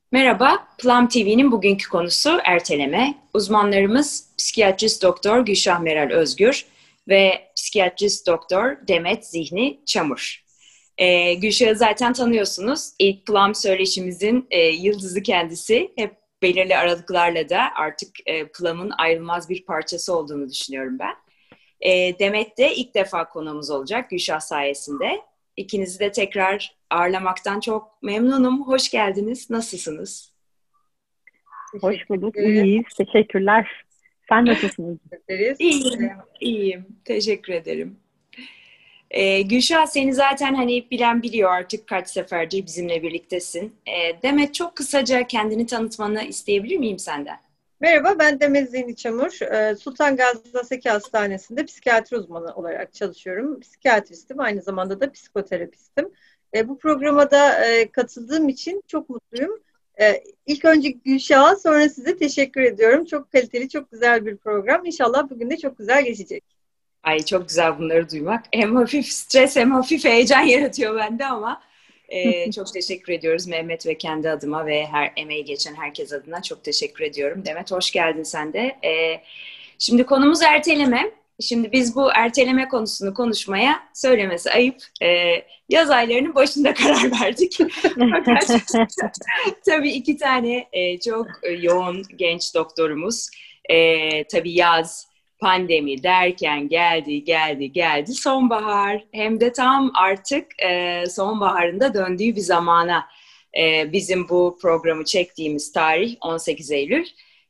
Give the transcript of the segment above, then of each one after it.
Merhaba, Plum TV'nin bugünkü konusu erteleme. Uzmanlarımız psikiyatrist doktor Gülşah Meral Özgür ve psikiyatrist doktor Demet Zihni Çamur. Gülşah'ı zaten tanıyorsunuz. İlk Plum söyleşimizin yıldızı kendisi. Hep belirli aralıklarla da artık Plum'ın ayrılmaz bir parçası olduğunu düşünüyorum ben. Demet de ilk defa konuğumuz olacak Gülşah sayesinde. İkinizi de tekrar ağırlamaktan çok memnunum. Hoş geldiniz. Nasılsınız? Hoş bulduk. Teşekkür ederim. İyiyiz. Teşekkürler. Sen nasılsınız? İyiyim, iyiyim. Teşekkür ederim. Gülşah seni zaten hani bilen biliyor artık kaç seferdir bizimle birliktesin. Demet çok kısaca kendini tanıtmanı isteyebilir miyim senden? Merhaba, ben Demet Zihni Çamur. Sultan Gazi Aseki Hastanesi'nde psikiyatri uzmanı olarak çalışıyorum. Psikiyatristim, aynı zamanda da psikoterapistim. Bu programa da katıldığım için çok mutluyum. İlk önce Gülşah'a, sonra size teşekkür ediyorum. Çok kaliteli, çok güzel bir program. İnşallah bugün de çok güzel geçecek. Ay çok güzel bunları duymak. Hem hafif stres hem hafif heyecan yaratıyor bende ama çok teşekkür ediyoruz Mehmet ve kendi adıma ve her emeği geçen herkes adına çok teşekkür ediyorum. Demet hoş geldin sen de. Şimdi konumuz erteleme. Şimdi biz bu erteleme konusunu konuşmaya söylemesi ayıp. Yaz aylarının başında karar verdik. Fakat tabii iki tane çok yoğun genç doktorumuz. Tabii yaz, pandemi derken geldi sonbahar, hem de tam artık sonbaharında döndüğü bir zamana bizim bu programı çektiğimiz tarih 18 Eylül.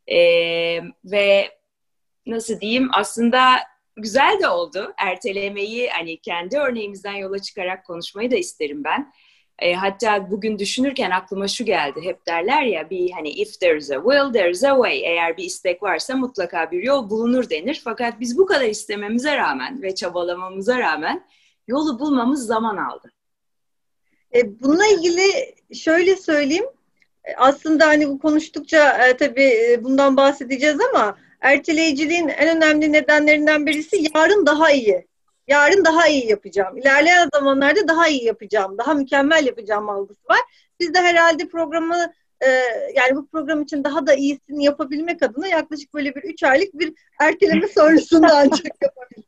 Ve nasıl diyeyim, aslında güzel de oldu ertelemeyi, hani kendi örneğimizden yola çıkarak konuşmayı da isterim ben. Hatta bugün düşünürken aklıma şu geldi. Hep derler ya, bir hani if there's a will there's a way. Eğer bir istek varsa mutlaka bir yol bulunur denir. Fakat biz bu kadar istememize rağmen ve çabalamamıza rağmen yolu bulmamız zaman aldı. Bununla ilgili şöyle söyleyeyim. Aslında hani bu konuştukça tabii bundan bahsedeceğiz ama erteleyiciliğin en önemli nedenlerinden birisi yarın daha iyi. Yarın daha iyi yapacağım. İlerleyen zamanlarda daha iyi yapacağım. Daha mükemmel yapacağım algısı var. Biz de herhalde programı yani bu program için daha da iyisini yapabilmek adına yaklaşık böyle bir 3 aylık bir erteleme sonrasında ancak yapabildik.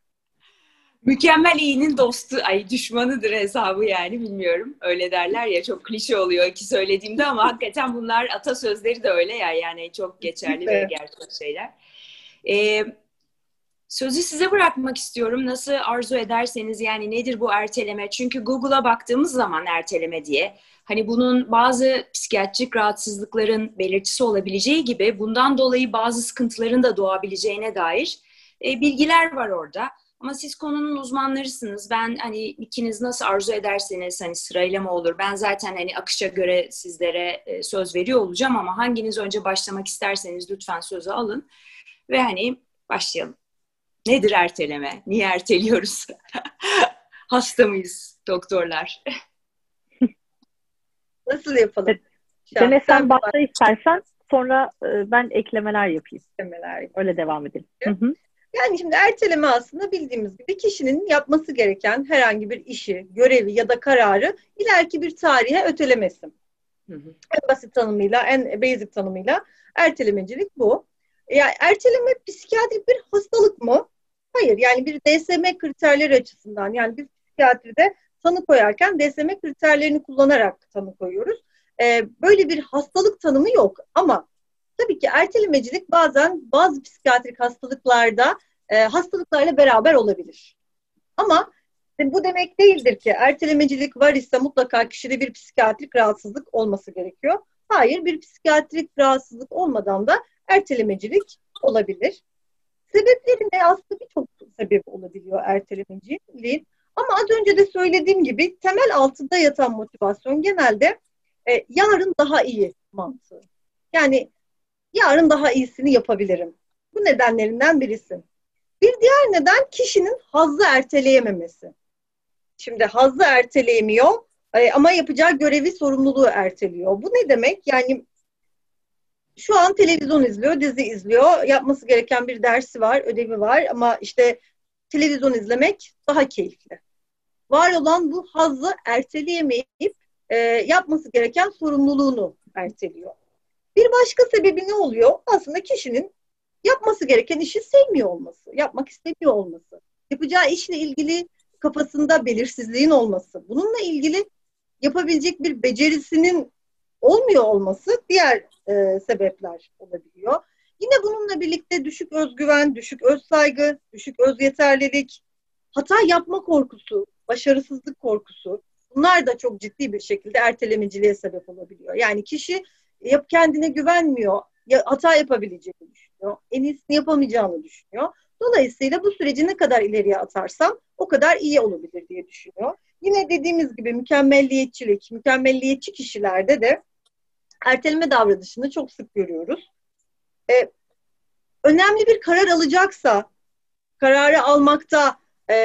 Mükemmel iyinin dostu, ay düşmanıdır hesabı, yani bilmiyorum. Öyle derler ya, çok klişe oluyor iki söylediğimde ama hakikaten bunlar atasözleri de öyle ya, yani çok geçerli ve gerçek şeyler. Sözü size bırakmak istiyorum. Nasıl arzu ederseniz, yani nedir bu erteleme? Çünkü Google'a baktığımız zaman erteleme diye, hani bunun bazı psikiyatrik rahatsızlıkların belirtisi olabileceği gibi bundan dolayı bazı sıkıntıların da doğabileceğine dair bilgiler var orada. Ama siz konunun uzmanlarısınız. Ben hani ikiniz nasıl arzu ederseniz, hani sırayla mı olur? Ben zaten hani akışa göre sizlere söz veriyor olacağım ama hanginiz önce başlamak isterseniz lütfen sözü alın ve hani başlayalım. Nedir erteleme? Niye erteliyoruz? Hasta mıyız doktorlar? Nasıl yapalım? Demet sen başla istersen, sonra ben eklemeler yapayım. Eklemeler. Öyle devam edelim. Hı hı. Yani şimdi erteleme aslında bildiğimiz gibi kişinin yapması gereken herhangi bir işi, görevi ya da kararı ileriki bir tarihe ötelemesi. Hı hı. En basit tanımıyla, en basic tanımıyla ertelemecilik bu. Yani erteleme psikiyatrik bir hastalık mı? Hayır. Yani bir DSM kriterleri açısından, yani biz psikiyatride tanı koyarken DSM kriterlerini kullanarak tanı koyuyoruz. Böyle bir hastalık tanımı yok ama tabii ki ertelemecilik bazen bazı psikiyatrik hastalıklarda hastalıklarla beraber olabilir. Ama bu demek değildir ki ertelemecilik var ise mutlaka kişide bir psikiyatrik rahatsızlık olması gerekiyor. Hayır, bir psikiyatrik rahatsızlık olmadan da ertelemecilik olabilir. Sebepleri ne? Aslında birçok sebep olabiliyor ertelemeciliğin. Ama az önce de söylediğim gibi temel altında yatan motivasyon genelde yarın daha iyi mantığı. Yani yarın daha iyisini yapabilirim. Bu nedenlerinden birisi. Bir diğer neden kişinin hazzı erteleyememesi. Şimdi hazzı erteleyemiyor ama yapacağı görevi, sorumluluğu erteliyor. Bu ne demek? Yani şu an televizyon izliyor, dizi izliyor. Yapması gereken bir dersi var, ödevi var ama işte televizyon izlemek daha keyifli. Var olan bu hazzı erteleyemeyip yapması gereken sorumluluğunu erteliyor. Bir başka sebebi ne oluyor? Aslında kişinin yapması gereken işi sevmiyor olması, yapmak istemiyor olması, yapacağı işle ilgili kafasında belirsizliğin olması, bununla ilgili yapabilecek bir becerisinin olmuyor olması diğer sebepler olabiliyor. Yine bununla birlikte düşük özgüven, düşük özsaygı, düşük özyeterlilik, hata yapma korkusu, başarısızlık korkusu, bunlar da çok ciddi bir şekilde ertelemeciliğe sebep olabiliyor. Yani kişi kendine güvenmiyor, hata yapabileceğini düşünüyor, en iyisini yapamayacağını düşünüyor. Dolayısıyla bu süreci ne kadar ileriye atarsam o kadar iyi olabilir diye düşünüyor. Yine dediğimiz gibi mükemmelliyetçilik, mükemmelliyetçi kişilerde de erteleme davranışını çok sık görüyoruz. Önemli bir karar alacaksa, kararı almakta,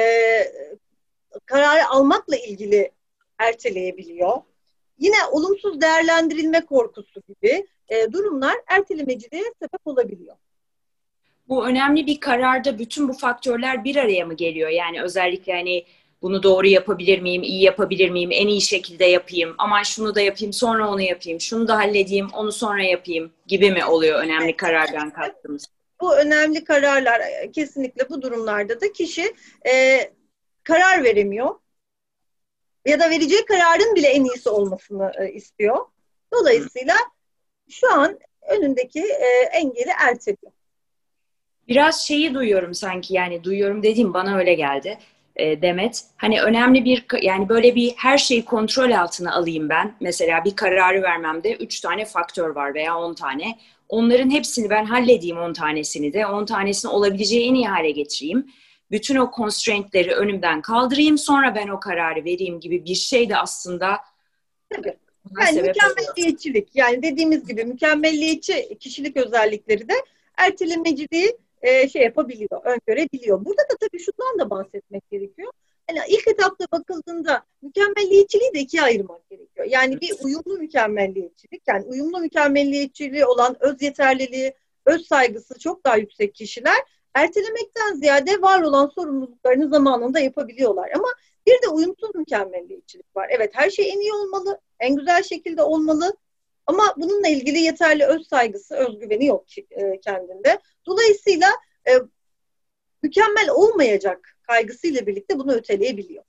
kararı almakla ilgili erteleyebiliyor. Yine olumsuz değerlendirilme korkusu gibi durumlar ertelemeciliğe sebep olabiliyor. Bu önemli bir kararda bütün bu faktörler bir araya mı geliyor? Yani özellikle hani bunu doğru yapabilir miyim, iyi yapabilir miyim, en iyi şekilde yapayım, aman şunu da yapayım, sonra onu yapayım, şunu da halledeyim, onu sonra yapayım gibi mi oluyor önemli karardan kastımız? Bu önemli kararlar kesinlikle bu durumlarda da kişi karar veremiyor ya da vereceği kararın bile en iyisi olmasını istiyor. Dolayısıyla şu an önündeki engeli erteliyor. Biraz şeyi duyuyorum sanki, yani duyuyorum dediğim bana öyle geldi Demet. Hani önemli bir, yani böyle bir her şeyi kontrol altına alayım ben. Mesela bir kararı vermemde 3 tane faktör var veya 10 tane. Onların hepsini ben halledeyim, 10 tanesini de. 10 tanesini olabileceği en iyi hale getireyim. Bütün o constraint'leri önümden kaldırayım, sonra ben o kararı vereyim gibi bir şey de aslında. Tabii. Yani mükemmelliyetçilik, yani dediğimiz gibi mükemmelliyetçi kişilik özellikleri de ertelemeciliği yapabiliyor, öngörebiliyor. Burada da tabii şundan da bahsetmek gerekiyor. Yani ilk etapta bakıldığında mükemmelliyetçiliği de ikiye ayırmak gerekiyor. Yani bir uyumlu mükemmelliyetçilik, yani uyumlu mükemmelliyetçiliği olan öz yeterliliği, öz saygısı çok daha yüksek kişiler ertelemekten ziyade var olan sorumluluklarını zamanında yapabiliyorlar. Ama bir de uyumsuz mükemmelliyetçilik var. Evet, her şey en iyi olmalı, en güzel şekilde olmalı. Ama bununla ilgili yeterli öz saygısı, özgüveni yok kendinde. Dolayısıyla mükemmel olmayacak kaygısıyla birlikte bunu öteleyebiliyor.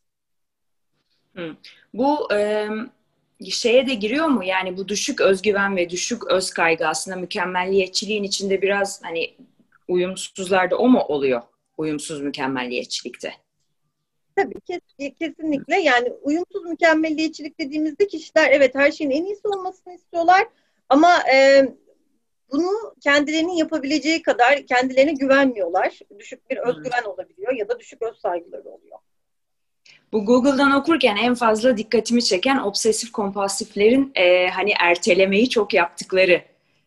Bu şeye de giriyor mu? Yani bu düşük özgüven ve düşük öz kaygı aslında mükemmelliyetçiliğin içinde biraz hani uyumsuzlarda o mu oluyor? Uyumsuz mükemmelliyetçilikte. Tabii kesinlikle, yani uyumsuz mükemmelliyetçilik dediğimizde kişiler evet her şeyin en iyisi olmasını istiyorlar ama bunu kendilerinin yapabileceği kadar kendilerine güvenmiyorlar. Düşük bir özgüven olabiliyor ya da düşük öz saygıları oluyor. Bu Google'dan okurken en fazla dikkatimi çeken obsesif kompulsiflerin hani ertelemeyi çok yaptıkları.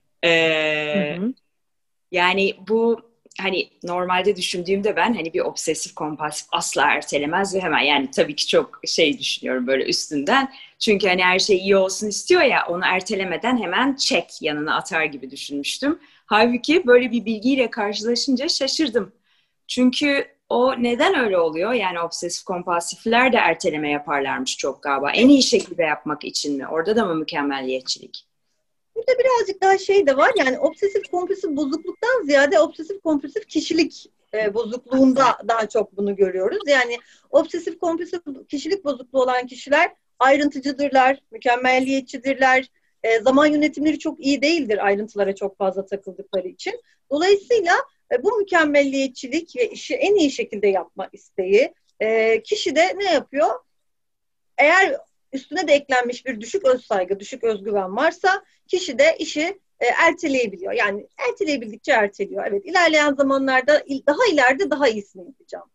Yani bu hani normalde düşündüğümde ben hani bir obsesif kompulsif asla ertelemez ve hemen, yani tabii ki çok şey düşünüyorum böyle üstünden. Çünkü hani her şey iyi olsun istiyor ya, onu ertelemeden hemen check yanına atar gibi düşünmüştüm. Halbuki böyle bir bilgiyle karşılaşınca şaşırdım. Çünkü o neden öyle oluyor? Yani obsesif kompulsifler de erteleme yaparlarmış çok galiba. En iyi şekilde yapmak için mi? Orada da mı mükemmelliyetçilik? Burada birazcık daha şey de var, yani obsesif kompulsif bozukluktan ziyade obsesif kompulsif kişilik bozukluğunda daha çok bunu görüyoruz. Yani obsesif kompulsif kişilik bozukluğu olan kişiler ayrıntıcıdırlar, mükemmelliyetçidirler, zaman yönetimleri çok iyi değildir ayrıntılara çok fazla takıldıkları için. Dolayısıyla bu mükemmelliyetçilik ve işi en iyi şekilde yapma isteği kişide ne yapıyor? Eğer üstüne de eklenmiş bir düşük öz saygı, düşük özgüven varsa kişi de işi erteleyebiliyor. Yani erteleyebildikçe erteliyor. Evet, ilerleyen zamanlarda daha ileride daha iyisini yapacağım.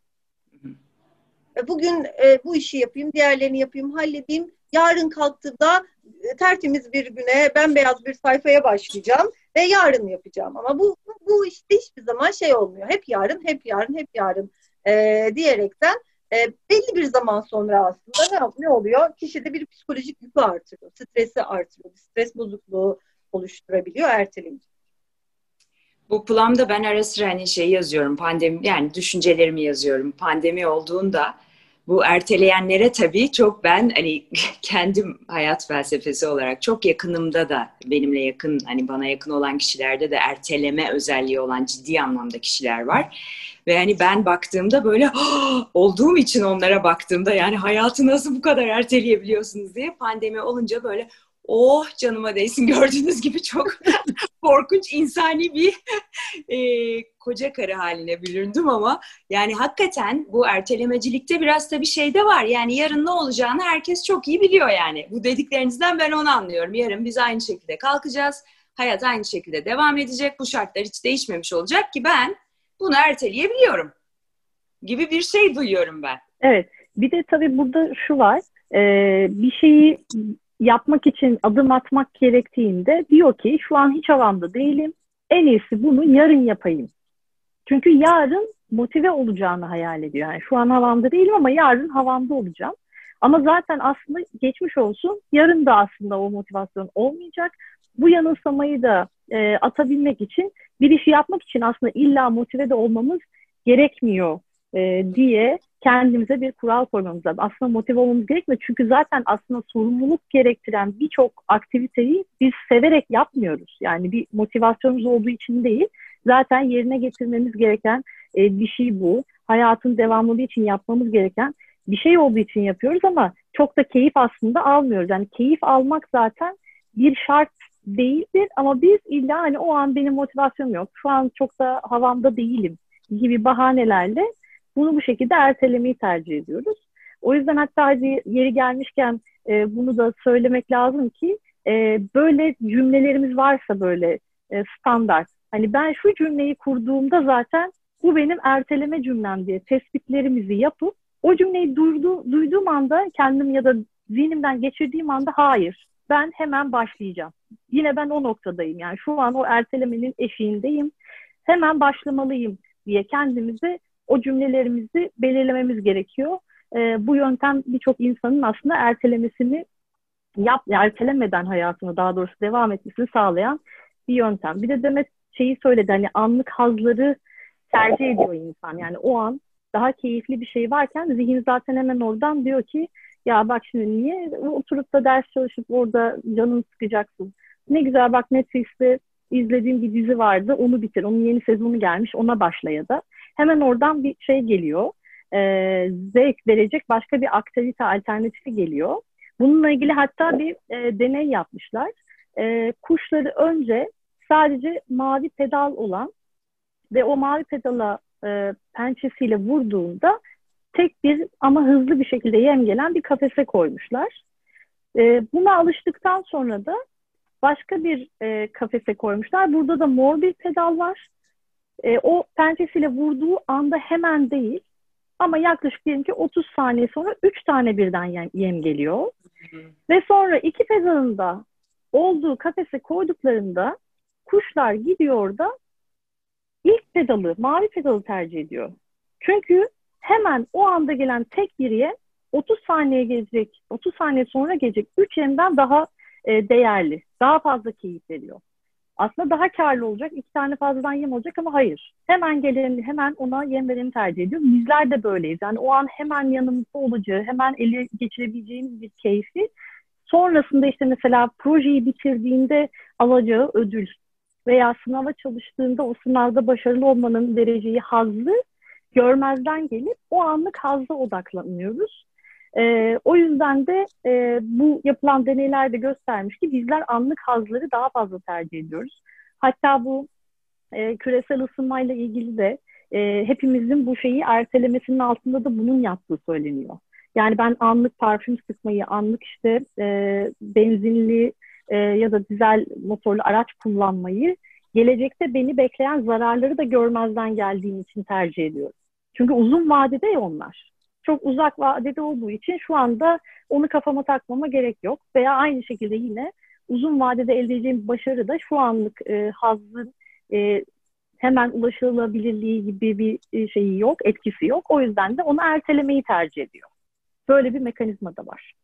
Bugün bu işi yapayım, diğerlerini yapayım, halledeyim. Yarın kalktığımda tertemiz bir güne, bembeyaz bir sayfaya başlayacağım ve yarın yapacağım. Ama bu işte hiçbir zaman şey olmuyor. Hep yarın, hep yarın, hep yarın diyerekten belli bir zaman sonra aslında ne oluyor? Kişide bir psikolojik yükü artırıyor, stresi artırıyor, stres bozukluğu oluşturabiliyor, erteleyince. Bu Plum'da ben ara sıra hani şey yazıyorum, pandemi, yani düşüncelerimi yazıyorum. Pandemi olduğunda Bu erteleyenlere tabii çok ben hani kendim hayat felsefesi olarak çok yakınımda da benimle yakın hani bana yakın olan kişilerde de erteleme özelliği olan ciddi anlamda kişiler var. Ve hani ben baktığımda böyle olduğum için onlara baktığımda yani hayatı nasıl bu kadar erteleyebiliyorsunuz diye pandemi olunca böyle oh canıma değsin gördüğünüz gibi çok korkunç insani bir koca karı haline büründüm ama yani hakikaten bu ertelemecilikte biraz da bir şey de var. Yani yarın ne olacağını herkes çok iyi biliyor yani. Bu dediklerinizden ben onu anlıyorum. Yarın biz aynı şekilde kalkacağız. Hayat aynı şekilde devam edecek. Bu şartlar hiç değişmemiş olacak ki ben bunu erteleyebiliyorum gibi bir şey duyuyorum ben. Evet. Bir de tabii burada şu var. Bir şeyi yapmak için adım atmak gerektiğinde diyor ki şu an hiç havamda değilim. En iyisi bunu yarın yapayım. Çünkü yarın motive olacağını hayal ediyor. Yani şu an havamda değilim ama yarın havamda olacağım. Ama zaten aslında geçmiş olsun. Yarın da aslında o motivasyon olmayacak. Bu yanılsamayı da atabilmek için bir işi yapmak için aslında illa motive de olmamız gerekmiyor diye kendimize bir kural koymamız lazım. Aslında motive olmamız gerekmiyor. Çünkü zaten aslında sorumluluk gerektiren birçok aktiviteyi biz severek yapmıyoruz. Yani bir motivasyonumuz olduğu için değil. Zaten yerine getirmemiz gereken bir şey bu. Hayatın devamlılığı için yapmamız gereken bir şey olduğu için yapıyoruz ama çok da keyif aslında almıyoruz. Yani keyif almak zaten bir şart değildir ama biz illa hani o an benim motivasyonum yok, şu an çok da havamda değilim gibi bahanelerle bunu bu şekilde ertelemeyi tercih ediyoruz. O yüzden hatta yeri gelmişken bunu da söylemek lazım ki böyle cümlelerimiz varsa böyle standart. Hani ben şu cümleyi kurduğumda zaten bu benim erteleme cümlem diye tespitlerimizi yapıp o cümleyi duyduğum anda kendim ya da zihnimden geçirdiğim anda hayır ben hemen başlayacağım. Yine ben o noktadayım yani şu an o ertelemenin eşiğindeyim. Hemen başlamalıyım diye kendimize o cümlelerimizi belirlememiz gerekiyor. Bu yöntem birçok insanın aslında ertelemesini ertelemeden hayatını daha doğrusu devam etmesini sağlayan bir yöntem. Bir de Demet şeyi söyledi hani anlık hazları tercih ediyor insan. Yani o an daha keyifli bir şey varken zihin zaten hemen oradan diyor ki ya bak şimdi niye oturup da ders çalışıp orada canını sıkacaksın. Ne güzel bak Netflix'te izlediğim bir dizi vardı onu bitir. Onun yeni sezonu gelmiş ona başla ya da. Hemen oradan bir şey geliyor. Zevk verecek başka bir aktivite alternatifi geliyor. Bununla ilgili hatta bir deney yapmışlar. Kuşları önce sadece mavi pedal olan ve o mavi pedala pençesiyle vurduğunda tek bir ama hızlı bir şekilde yem gelen bir kafese koymuşlar. Buna alıştıktan sonra da başka bir kafese koymuşlar. Burada da mor bir pedal var. O pençesiyle vurduğu anda hemen değil ama yaklaşık diyelim ki 30 saniye sonra 3 tane birden yem geliyor. Ve sonra iki pedalın da olduğu kafese koyduklarında kuşlar gidiyor da ilk pedalı, mavi pedalı tercih ediyor. Çünkü hemen o anda gelen tek bir yem 30 saniye gelecek, 30 saniye sonra gelecek 3 yemden daha değerli, daha fazla keyif veriyor. Aslında daha karlı olacak, 2 tane fazladan yem olacak ama hayır. Hemen geleni, hemen ona yem vereni tercih ediyor. Bizler de böyleyiz. Yani o an hemen yanımızda olacağı, hemen ele geçirebileceğimiz bir keyfi sonrasında işte mesela projeyi bitirdiğinde alacağı ödül veya sınava çalıştığında o sınavda başarılı olmanın vereceği hazzı görmezden gelip o anlık hazza odaklanıyoruz. O yüzden de bu yapılan deneyler de göstermiş ki bizler anlık hazları daha fazla tercih ediyoruz. Hatta bu küresel ısınmayla ilgili de hepimizin bu şeyi ertelemesinin altında da bunun yaptığı söyleniyor. Yani ben anlık parfüm sıkmayı, anlık işte benzinli ya da dizel motorlu araç kullanmayı gelecekte beni bekleyen zararları da görmezden geldiğim için tercih ediyorum. Çünkü uzun vadede ya onlar. Çok uzak vadede olduğu için şu anda onu kafama takmama gerek yok. Veya aynı şekilde yine uzun vadede elde edeceğim başarı da şu anlık hazzın hemen ulaşılabilirliği gibi bir şeyi yok, etkisi yok. O yüzden de onu ertelemeyi tercih ediyor. Böyle bir mekanizma da var.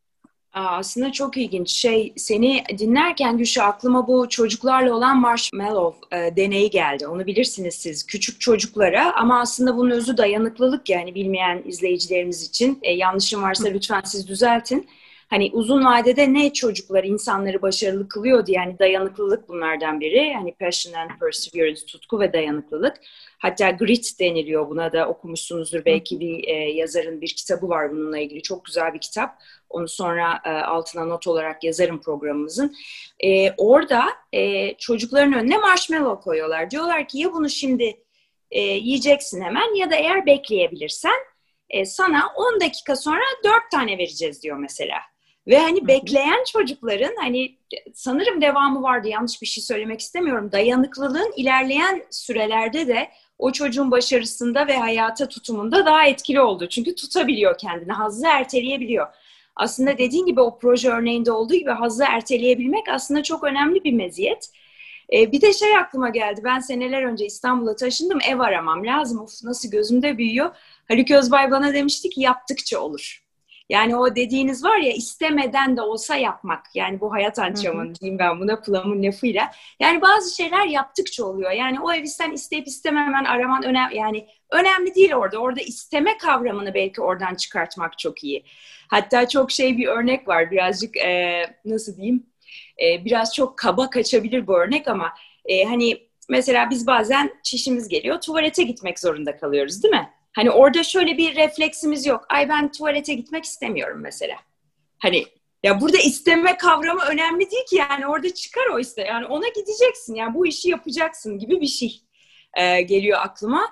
Aslında çok ilginç. Seni dinlerken Gülşah aklıma bu çocuklarla olan marshmallow deneyi geldi. Onu bilirsiniz siz. Küçük çocuklara ama aslında bunun özü dayanıklılık, yani bilmeyen izleyicilerimiz için. Yanlışım varsa lütfen siz düzeltin. Hani uzun vadede ne çocuklar insanları başarılı kılıyordu, yani dayanıklılık bunlardan biri. Hani passion and perseverance, tutku ve dayanıklılık. Hatta grit deniliyor buna da, okumuşsunuzdur belki, bir yazarın bir kitabı var bununla ilgili. Çok güzel bir kitap. Onu sonra altına not olarak yazarım programımızın. Orada çocukların önüne marshmallow koyuyorlar. Diyorlar ki ya bunu şimdi yiyeceksin hemen, ya da eğer bekleyebilirsen sana 10 dakika sonra 4 tane vereceğiz diyor mesela. Ve hani bekleyen çocukların, hani sanırım devamı vardı, yanlış bir şey söylemek istemiyorum, dayanıklılığın ilerleyen sürelerde de o çocuğun başarısında ve hayata tutumunda daha etkili oldu. Çünkü tutabiliyor kendini, hazzı erteleyebiliyor. Aslında dediğin gibi o proje örneğinde olduğu gibi hazzı erteleyebilmek aslında çok önemli bir meziyet. Bir de aklıma geldi. Ben seneler önce İstanbul'a taşındım. Ev aramam lazım. Of, nasıl gözümde büyüyor. Haluk Özbay bana demişti ki yaptıkça olur. Yani o dediğiniz var ya, istemeden de olsa yapmak. Yani bu hayat antrenmanı diyeyim ben buna, Plum'un lafıyla. Yani bazı şeyler yaptıkça oluyor. Yani o evi sen isteyip istememen araman önemli. Yani önemli değil orada. Orada isteme kavramını belki oradan çıkartmak çok iyi. Hatta çok bir örnek var. Birazcık nasıl diyeyim? Biraz çok kaba kaçabilir bu örnek ama hani mesela biz bazen çişimiz geliyor, tuvalete gitmek zorunda kalıyoruz, değil mi? Hani orada şöyle bir refleksimiz yok. Ay ben tuvalete gitmek istemiyorum mesela. Hani ya burada isteme kavramı önemli değil ki, yani orada çıkar o iste. Yani ona gideceksin, yani bu işi yapacaksın gibi bir şey geliyor aklıma.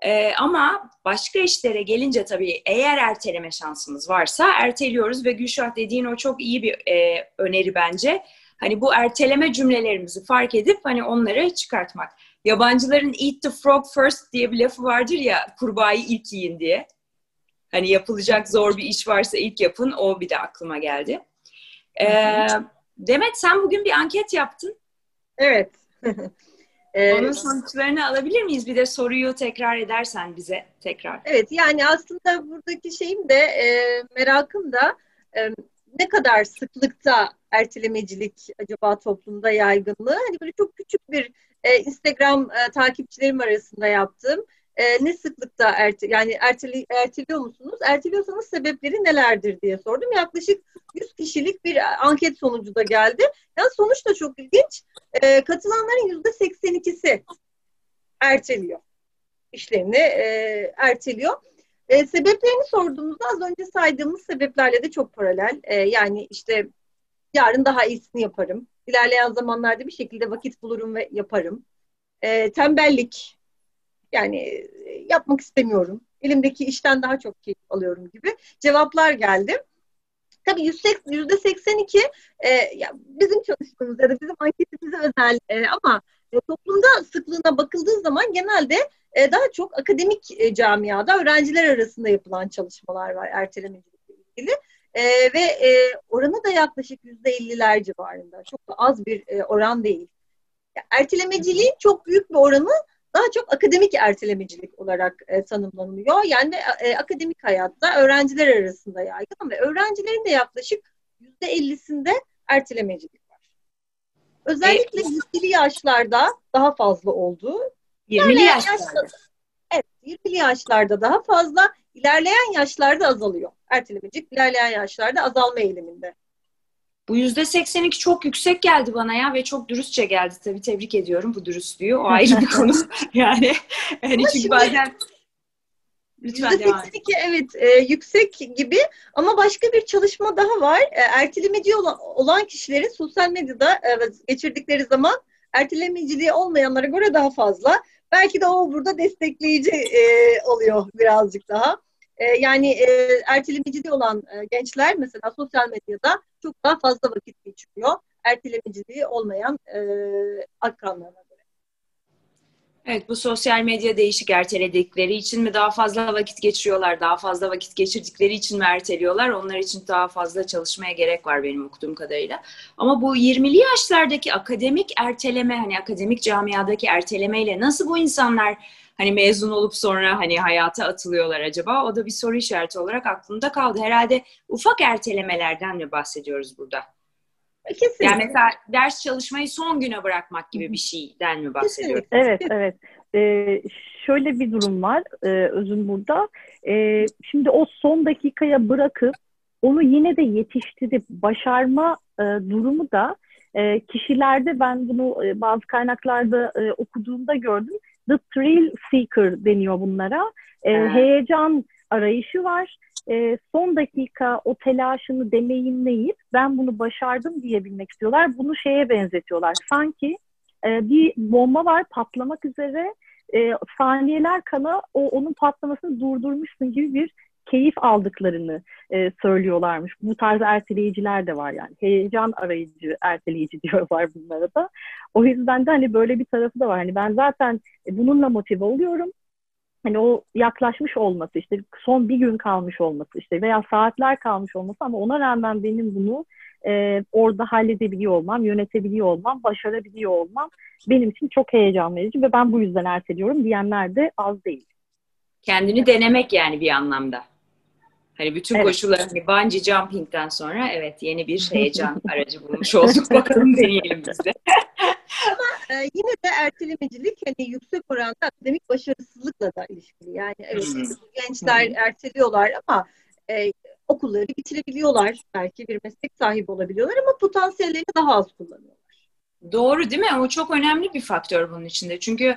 Ama başka işlere gelince tabii eğer erteleme şansımız varsa erteliyoruz ve Gülşah dediğin o çok iyi bir öneri bence. Hani bu erteleme cümlelerimizi fark edip hani onları çıkartmak. Yabancıların eat the frog first diye bir lafı vardır ya, kurbağayı ilk yiyin diye. Hani yapılacak zor bir iş varsa ilk yapın, o bir de aklıma geldi. Demet, sen bugün bir anket yaptın. Evet. Onun sonuçlarını alabilir miyiz? Bir de soruyu tekrar edersen bize tekrar. Evet, yani aslında buradaki şeyim de merakım da ne kadar sıklıkta ertelemecilik acaba toplumda yaygınlığı? Hani böyle çok küçük bir Instagram takipçilerim arasında yaptığım ne sıklıkta erteliyor musunuz? Erteliyorsanız sebepleri nelerdir diye sordum. Yaklaşık 100 kişilik bir anket sonucu da geldi. Yani sonuç da çok ilginç. Katılanların %82'si erteliyor. İşlerini erteliyor. Sebeplerini sorduğumuzda az önce saydığımız sebeplerle de çok paralel. Yani işte yarın daha iyisini yaparım. İlerleyen zamanlarda bir şekilde vakit bulurum ve yaparım. Tembellik, yani yapmak istemiyorum. Elimdeki işten daha çok keyif alıyorum gibi cevaplar geldi. Tabii %82 bizim çalıştığımız ya da bizim anketimize özel ama toplumda sıklığına bakıldığı zaman genelde daha çok akademik camiada öğrenciler arasında yapılan çalışmalar var ertelemecilikle ilgili. Ve oranı da yaklaşık %50'ler civarında. Çok da az bir oran değil. Ertelemeciliğin çok büyük bir oranı daha çok akademik ertelemecilik olarak tanımlanıyor. Yani akademik hayatta öğrenciler arasında yaygın ve öğrencilerin de yaklaşık %50'sinde ertelemecilik var. Özellikle 20'li yaşlarda daha fazla oldu. 20'li yaşlarda. Evet, 20'li yaşlarda daha fazla, ilerleyen yaşlarda azalıyor. Ertelemecilik ilerleyen yaşlarda azalma eğiliminde. Bu %82 çok yüksek geldi bana ya ve çok dürüstçe geldi. Tabii tebrik ediyorum bu dürüstlüğü. O ayrı bir konu. Yani hani çünkü bazen lütfen devam edin. %82 evet yüksek gibi ama başka bir çalışma daha var. Ertelemeci olan kişilerin sosyal medyada geçirdikleri zaman ertelemeciliği olmayanlara göre daha fazla. Belki de o burada destekleyici oluyor birazcık daha. Yani ertelemeciliği olan gençler mesela sosyal medyada çok daha fazla vakit geçiriyor. Ertelemeciliği olmayan akranlarına göre. Evet, bu sosyal medya değişik erteledikleri için mi daha fazla vakit geçiriyorlar, daha fazla vakit geçirdikleri için mi erteliyorlar? Onlar için daha fazla çalışmaya gerek var benim okuduğum kadarıyla. Ama bu 20'li yaşlardaki akademik erteleme, hani akademik camiadaki ertelemeyle nasıl bu insanlar hani mezun olup sonra hani hayata atılıyorlar acaba? O da bir soru işareti olarak aklımda kaldı. Herhalde ufak ertelemelerden mi bahsediyoruz burada? Kesinlikle. Yani mesela ders çalışmayı son güne bırakmak gibi bir şeyden mi bahsediyoruz? Evet, evet. Şöyle bir durum var Özün burada. Şimdi o son dakikaya bırakıp onu yine de yetiştirip başarma durumu da kişilerde, ben bunu bazı kaynaklarda okuduğumda gördüm. The thrill seeker deniyor bunlara. Heyecan arayışı var. Son dakika o telaşını deneyimleyip ben bunu başardım diyebilmek istiyorlar. Bunu şeye benzetiyorlar. Sanki bir bomba var patlamak üzere. Saniyeler kala onun patlamasını durdurmuşsun gibi bir keyif aldıklarını söylüyorlarmış. Bu tarz erteleyiciler de var yani. Heyecan arayıcı, erteleyici diyorlar bunlara da. O yüzden de hani böyle bir tarafı da var. Hani ben zaten bununla motive oluyorum. Hani o yaklaşmış olması, işte son bir gün kalmış olması, işte veya saatler kalmış olması, ama ona rağmen benim bunu orada halledebiliyor olmam, yönetebiliyor olmam, başarabiliyor olmam benim için çok heyecan verici ve ben bu yüzden erteliyorum diyenler de az değil. Kendini denemek yani bir anlamda. Hani bütün Evet. koşullar, hani bungee jumping'den sonra evet yeni bir heyecan aracı bulmuş olduk. Bakalım deneyelim biz de. Ama yine de ertelemecilik hani yüksek oranda akademik başarısızlıkla da ilişkili. Yani evet, gençler erteliyorlar ama okulları bitirebiliyorlar. Belki bir meslek sahibi olabiliyorlar ama potansiyellerini daha az kullanıyorlar. Doğru değil mi? O çok önemli bir faktör bunun içinde. Çünkü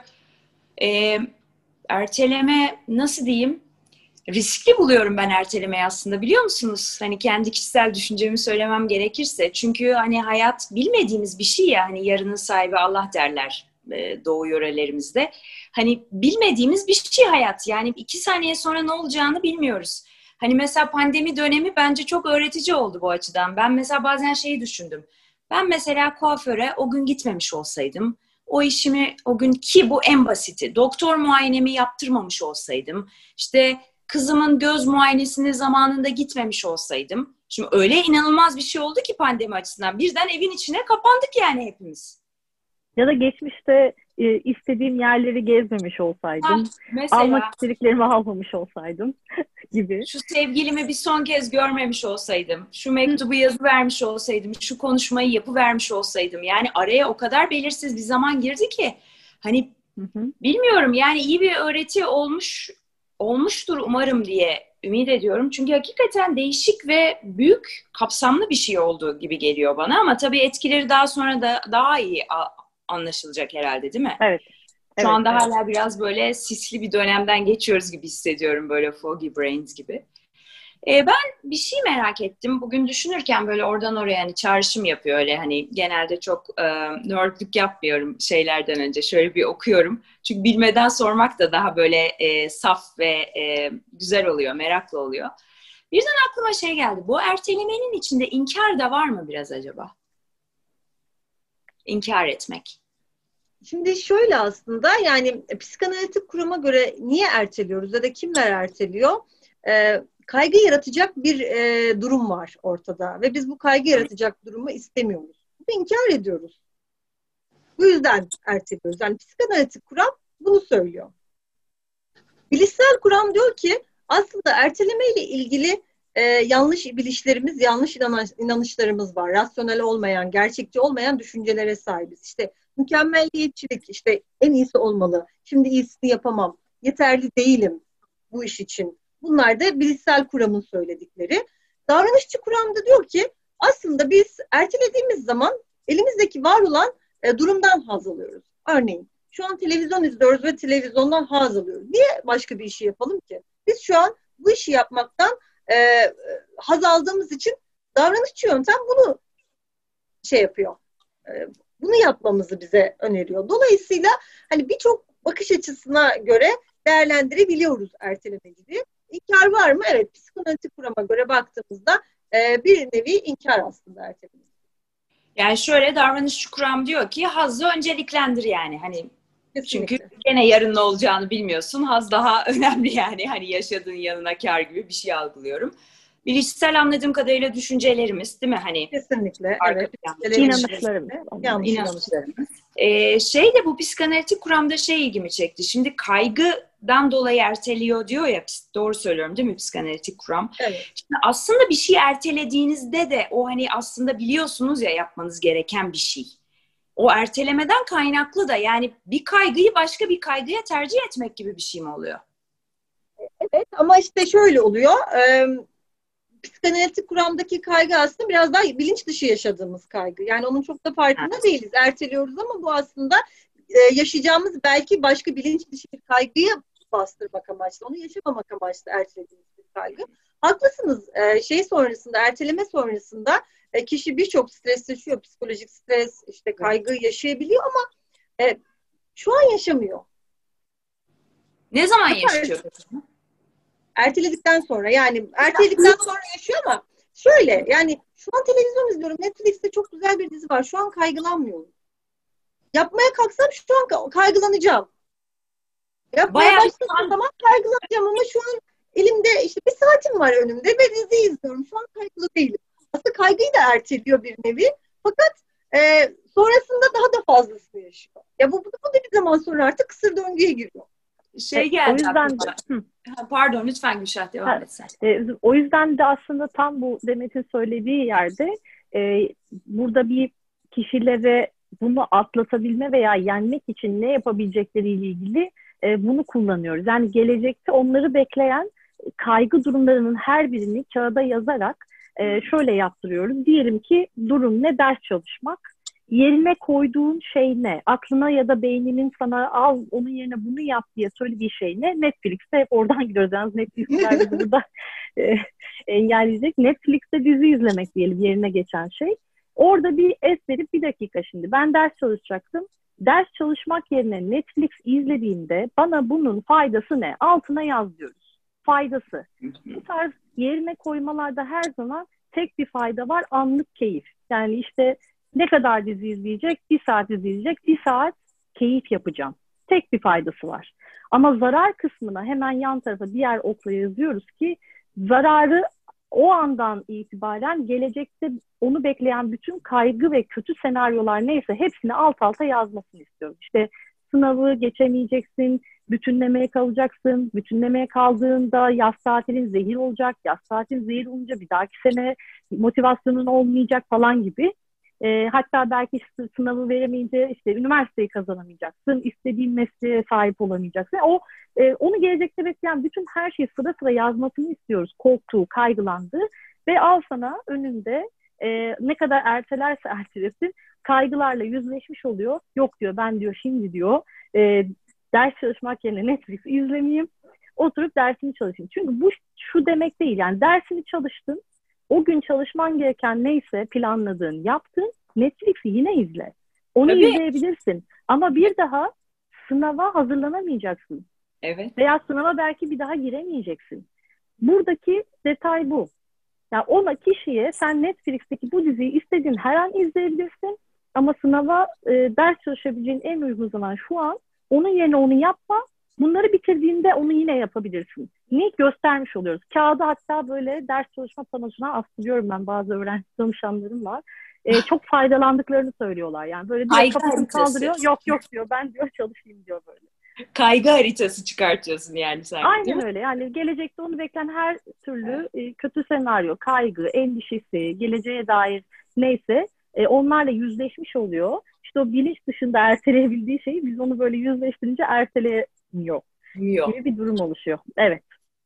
erteleme, nasıl diyeyim, riskli buluyorum ben ertelemeyi aslında, biliyor musunuz? Hani kendi kişisel düşüncemi söylemem gerekirse. Çünkü hani hayat bilmediğimiz bir şey ya, hani yarının sahibi Allah derler doğu yörelerimizde. Hani bilmediğimiz bir şey hayat. Yani 2 saniye sonra ne olacağını bilmiyoruz. Hani mesela pandemi dönemi bence çok öğretici oldu bu açıdan. Ben mesela bazen şeyi düşündüm. Ben mesela kuaföre o gün gitmemiş olsaydım, o işimi o gün, ki bu en basiti, doktor muayenemi yaptırmamış olsaydım, işte kızımın göz muayenesine zamanında gitmemiş olsaydım. Şimdi öyle inanılmaz bir şey oldu ki pandemi açısından. Birden evin içine kapandık yani hepimiz. Ya da geçmişte istediğim yerleri gezmemiş olsaydım, Mesela almak istediklerimi almamış olsaydım gibi. şu sevgilimi bir son kez görmemiş olsaydım, şu mektubu yazıvermiş olsaydım, şu konuşmayı yapıvermiş olsaydım. Yani araya o kadar belirsiz bir zaman girdi ki hani bilmiyorum, yani iyi bir öğreti olmuştur umarım diye ümit ediyorum. Çünkü hakikaten değişik ve büyük, kapsamlı bir şey olduğu gibi geliyor bana, ama tabii etkileri daha sonra da daha iyi anlaşılacak herhalde, değil mi? Evet. Şu anda hala biraz böyle sisli bir dönemden geçiyoruz gibi hissediyorum, böyle foggy brains gibi. Ben bir şey merak ettim. Bugün düşünürken böyle oradan oraya hani çağrışım yapıyor öyle, hani genelde çok nerdlük yapmıyorum şeylerden önce. Şöyle bir okuyorum. Çünkü bilmeden sormak da daha böyle saf ve güzel oluyor, meraklı oluyor. Birden aklıma şey geldi. Bu ertelemenin içinde inkar da var mı biraz acaba? İnkar etmek. Şimdi şöyle, aslında yani psikanalitik kuruma göre niye erteliyoruz ya da kimler erteliyor? Kaygı yaratacak bir durum var ortada ve biz bu kaygı yaratacak durumu istemiyoruz. Bunu inkar ediyoruz. Bu yüzden erteliyoruz. Yani psikanalitik kuram bunu söylüyor. Bilişsel kuram diyor ki aslında ertelemeyle ilgili yanlış bilişlerimiz, yanlış inanışlarımız var. Rasyonel olmayan, gerçekçi olmayan düşüncelere sahibiz. İşte mükemmelliyetçilik, işte en iyisi olmalı, şimdi iyisini yapamam, yeterli değilim bu iş için. Bunlar da bilişsel kuramın söyledikleri. Davranışçı kuram da diyor ki aslında biz ertelediğimiz zaman elimizdeki var olan durumdan haz alıyoruz. Örneğin şu an televizyon izliyoruz ve televizyondan haz alıyoruz. Niye başka bir işi yapalım ki? Biz şu an bu işi yapmaktan haz aldığımız için davranışçı yöntem bunu şey yapıyor. Bunu yapmamızı bize öneriyor. Dolayısıyla hani birçok bakış açısına göre değerlendirebiliyoruz ertelemeciliği. İnkar var mı? Evet, psikanalitik kurama göre baktığımızda bir nevi inkar aslında ertelemecilik. Yani şöyle, davranışçı kuram diyor ki hazzı önceliklendir yani. Hani Kesinlikle. çünkü gene yarın ne olacağını bilmiyorsun. Haz daha önemli yani. Hani yaşadığın yanına kar gibi bir şey algılıyorum. Bilişsel, anladığım kadarıyla düşüncelerimiz, değil mi? Hani Kesinlikle. Evet. İnanışlarımız. Yanlış inanışlarımız. Şey de bu psikanalitik kuramda şey ilgimi çekti. Şimdi kaygıdan dolayı erteliyor diyor ya, doğru söylüyorum değil mi psikanalitik kuram? Evet. Şimdi aslında bir şey ertelediğinizde de o hani aslında biliyorsunuz ya yapmanız gereken bir şey. O ertelemeden kaynaklı da yani bir kaygıyı başka bir kaygıya tercih etmek gibi bir şey mi oluyor? Evet ama işte şöyle oluyor. Psikanalitik kuramdaki kaygı aslında biraz daha bilinç dışı yaşadığımız kaygı. Yani onun çok da farkında değiliz. Erteliyoruz ama bu aslında yaşayacağımız belki başka bilinç dışı bir kaygıyı bastırmak amaçlı. Onu yaşamamak amaçlı ertelediğimiz bir kaygı. Haklısınız. Şey sonrasında, erteleme sonrasında kişi birçok stres yaşıyor. Psikolojik stres, işte kaygı yaşayabiliyor ama şu an yaşamıyor. Ne zaman yaşıyor? Erteledikten sonra, yani erteledikten sonra yaşıyor ama şöyle, yani şu an televizyon izliyorum. Netflix'te çok güzel bir dizi var. Şu an kaygılanmıyorum. Yapmaya kalksam şu an kaygılanacağım. Yapmaya başladığım zaman kaygılanacağım ama şu an elimde işte bir saatim var önümde ve dizi izliyorum. Şu an kaygılı değilim. Aslında kaygıyı da erteliyor bir nevi. Fakat sonrasında daha da fazlasını yaşıyor. Ya bu da bir zaman sonra artık kısır döngüye giriyor. Şey geldi o yüzden de, pardon lütfen Gülşah devam et sen. O yüzden de aslında tam bu Demet'in söylediği yerde burada bir kişilere bunu atlatabilme veya yenmek için ne yapabilecekleriyle ilgili bunu kullanıyoruz. Yani gelecekte onları bekleyen kaygı durumlarının her birini kağıda yazarak şöyle yaptırıyoruz. Diyelim ki durum ne? Ders çalışmak. Yerine koyduğun şey ne? Aklına ya da beyninin sana al onun yerine bunu yap diye söylediği şey ne? Netflix'te hep oradan gidiyoruz. Yani Netflix'ler bizi burada engelleyecek. Netflix'te dizi izlemek diyelim yerine geçen şey. Orada bir es verip bir dakika şimdi ben ders çalışacaktım. Ders çalışmak yerine Netflix izlediğimde bana bunun faydası ne? Altına yaz diyoruz. Faydası. Bu tarz yerine koymalarda her zaman tek bir fayda var. Anlık keyif. Yani işte ne kadar dizi izleyecek? 1 saat izleyecek. 1 saat keyif yapacağım. Tek bir faydası var. Ama zarar kısmına hemen yan tarafa diğer okla yazıyoruz ki zararı o andan itibaren gelecekte onu bekleyen bütün kaygı ve kötü senaryolar neyse hepsini alt alta yazmasını istiyoruz. İşte sınavı geçemeyeceksin, bütünlemeye kalacaksın, bütünlemeye kaldığında yaz tatilin zehir olacak, yaz tatilin zehir olunca bir dahaki sene motivasyonun olmayacak falan gibi. Hatta belki sınavı veremeyince işte üniversiteyi kazanamayacaksın, istediğin mesleğe sahip olamayacaksın. Onu gelecekte bekleyen bütün her şeyi sıra sıra yazmasını istiyoruz. Korktuğu, kaygılandığı ve al sana önünde ne kadar ertelerse ertelesin kaygılarla yüzleşmiş oluyor. Yok diyor ben diyor şimdi diyor ders çalışmak yerine Netflix izlemeyeyim, oturup dersini çalışayım. Çünkü bu şu demek değil yani dersini çalıştın. O gün çalışman gereken neyse planladığın, yaptın, Netflix'i yine izle. Onu izleyebilirsin. Ama bir daha sınava hazırlanamayacaksın. Evet. Veya sınava belki bir daha giremeyeceksin. Buradaki detay bu. Yani ona kişiye sen Netflix'teki bu diziyi istediğin her an izleyebilirsin. Ama sınava ders çalışabileceğin en uygun zaman şu an. Onun yerine onu yapma. Bunları bitirdiğinde onu yine yapabilirsin. Niye göstermiş oluyoruz? Kağıdı hatta böyle ders çalışma panosuna astırıyorum ben bazı öğrenci danışanlarım var. Çok faydalandıklarını söylüyorlar. Yani böyle direkt kafasını kaldırıyor. Yok diyor ben diyor çalışayım diyor böyle. Kaygı haritası çıkartıyorsun yani sen. Aynen öyle. Yani gelecekte onu bekleyen her türlü kötü senaryo, kaygı, endişesi, geleceğe dair neyse onlarla yüzleşmiş oluyor. İşte o bilinç dışında erteleyebildiği şeyi biz onu böyle yüzleştirince erteleyemiyor gibi bir durum oluşuyor. Evet.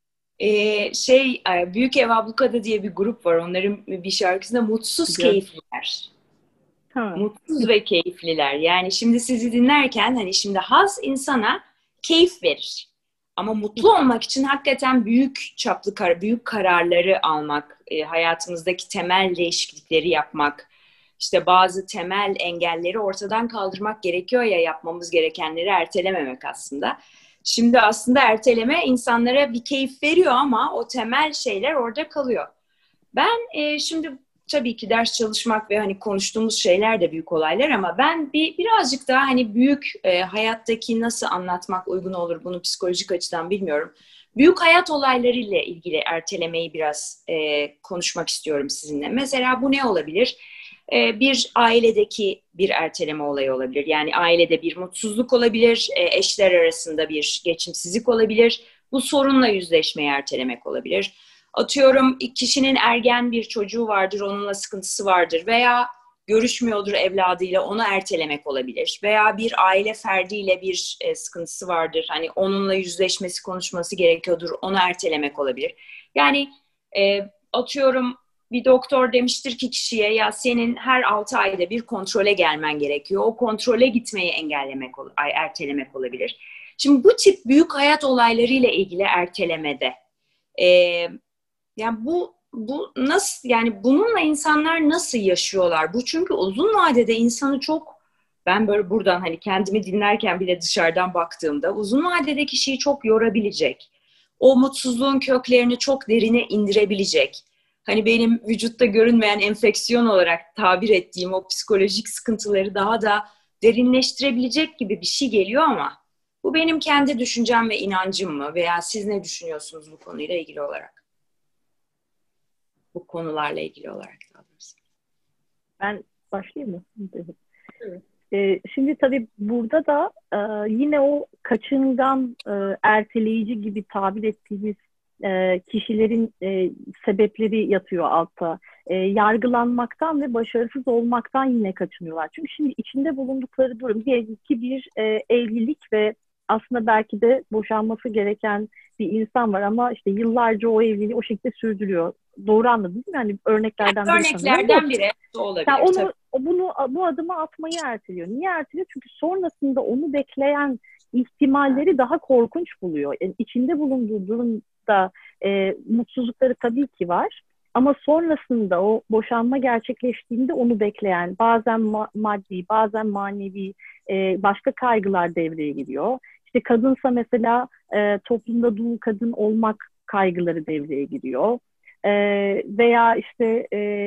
Büyük Ev Ablukada diye bir grup var. Onların bir şarkısında Mutsuz Keyifliler. Mutsuz ve keyifliler. Yani şimdi sizi dinlerken hani şimdi haz insana keyif verir. Ama mutlu olmak için hakikaten büyük çaplı büyük kararları almak, hayatımızdaki temel değişiklikleri yapmak, işte bazı temel engelleri ortadan kaldırmak gerekiyor ya, yapmamız gerekenleri ertelememek aslında. Şimdi aslında erteleme insanlara bir keyif veriyor ama o temel şeyler orada kalıyor. Ben şimdi tabii ki ders çalışmak ve hani konuştuğumuz şeyler de büyük olaylar ama ben birazcık daha hani büyük hayattaki nasıl anlatmak uygun olur bunu psikolojik açıdan bilmiyorum. Büyük hayat olaylarıyla ilgili ertelemeyi biraz konuşmak istiyorum sizinle. Mesela bu ne olabilir? Bir ailedeki bir erteleme olayı olabilir. Yani ailede bir mutsuzluk olabilir, eşler arasında bir geçimsizlik olabilir. Bu sorunla yüzleşmeyi ertelemek olabilir. Atıyorum kişinin ergen bir çocuğu vardır, onunla sıkıntısı vardır veya görüşmüyordur evladıyla, onu ertelemek olabilir. Veya bir aile ferdiyle bir sıkıntısı vardır, hani onunla yüzleşmesi, konuşması gerekiyordur, onu ertelemek olabilir. Yani atıyorum bir doktor demiştir ki kişiye, ya senin her 6 ayda bir kontrole gelmen gerekiyor. O kontrole gitmeyi ertelemek olabilir. Şimdi bu tip büyük hayat olaylarıyla ilgili ertelemede e, yani bu nasıl, yani bununla insanlar nasıl yaşıyorlar? Bu çünkü uzun vadede insanı çok, ben böyle buradan hani kendimi dinlerken bile dışarıdan baktığımda uzun vadede kişiyi çok yorabilecek. O mutsuzluğun köklerini çok derine indirebilecek. Hani benim vücutta görünmeyen enfeksiyon olarak tabir ettiğim o psikolojik sıkıntıları daha da derinleştirebilecek gibi bir şey geliyor ama bu benim kendi düşüncem ve inancım mı? Veya siz ne düşünüyorsunuz bu konuyla ilgili olarak? Bu konularla ilgili olarak daha doğrusu. Ben başlayayım mı? Evet. Şimdi tabii burada da yine o kaçıngan, erteleyici gibi tabir ettiğimiz kişilerin sebepleri yatıyor altta. Yargılanmaktan ve başarısız olmaktan yine kaçınıyorlar. Çünkü şimdi içinde bulundukları durum diyelim ki bir evlilik ve aslında belki de boşanması gereken bir insan var ama işte yıllarca o evliliği o şekilde sürdürüyor. Doğru anladın değil mi? Yani örneklerden biri sanırım. Örneklerden biri olabilir. Yani onu, tabii. bu adımı atmayı erteliyor. Niye erteliyor? Çünkü sonrasında onu bekleyen ihtimalleri daha korkunç buluyor. Yani içinde bulunduğu durumda mutsuzlukları tabii ki var. Ama sonrasında o boşanma gerçekleştiğinde onu bekleyen bazen maddi, bazen manevi başka kaygılar devreye giriyor. İşte kadınsa mesela toplumda dul kadın olmak kaygıları devreye giriyor. Veya işte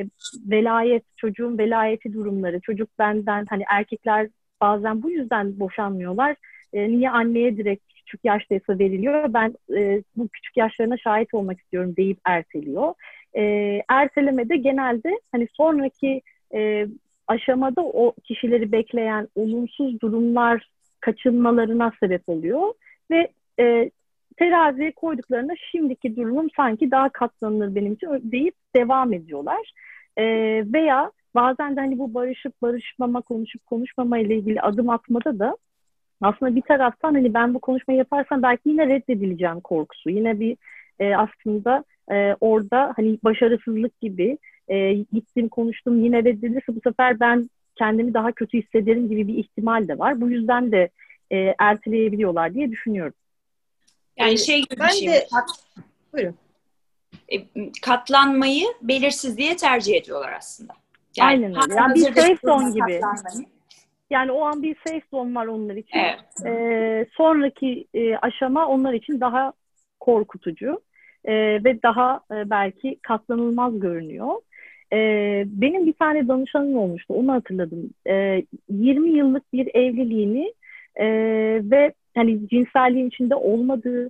çocuğun velayeti durumları, çocuk benden, hani erkekler bazen bu yüzden boşanmıyorlar. Niye anneye direkt küçük yaştaysa veriliyor, ben bu küçük yaşlarına şahit olmak istiyorum deyip erteliyor. Ertelemede genelde hani sonraki aşamada o kişileri bekleyen olumsuz durumlar kaçınmalarına sebep oluyor ve teraziye koyduklarında şimdiki durumum sanki daha katlanılır benim için deyip devam ediyorlar. Veya bazen de hani bu barışıp barışmama, konuşup konuşmama ile ilgili adım atmada da aslında bir taraftan hani ben bu konuşmayı yaparsam belki yine reddedileceğim korkusu. Yine bir aslında orada hani başarısızlık gibi gittim konuştum yine reddedilirse bu sefer ben kendimi daha kötü hissederim gibi bir ihtimal de var. Bu yüzden de erteleyebiliyorlar diye düşünüyorum. Yani şey gibi ben bir şey. de buyurun. Katlanmayı belirsizliğe tercih ediyorlar aslında. Yani aynen öyle. Yani bir safe zone gibi. Katlanmayı. Yani o an bir safe zone var onlar için. Evet. Sonraki aşama onlar için daha korkutucu ve daha belki katlanılmaz görünüyor. Benim bir tane danışanım olmuştu. Onu hatırladım. 20 yıllık bir evliliğini ve hani cinselliğin içinde olmadığı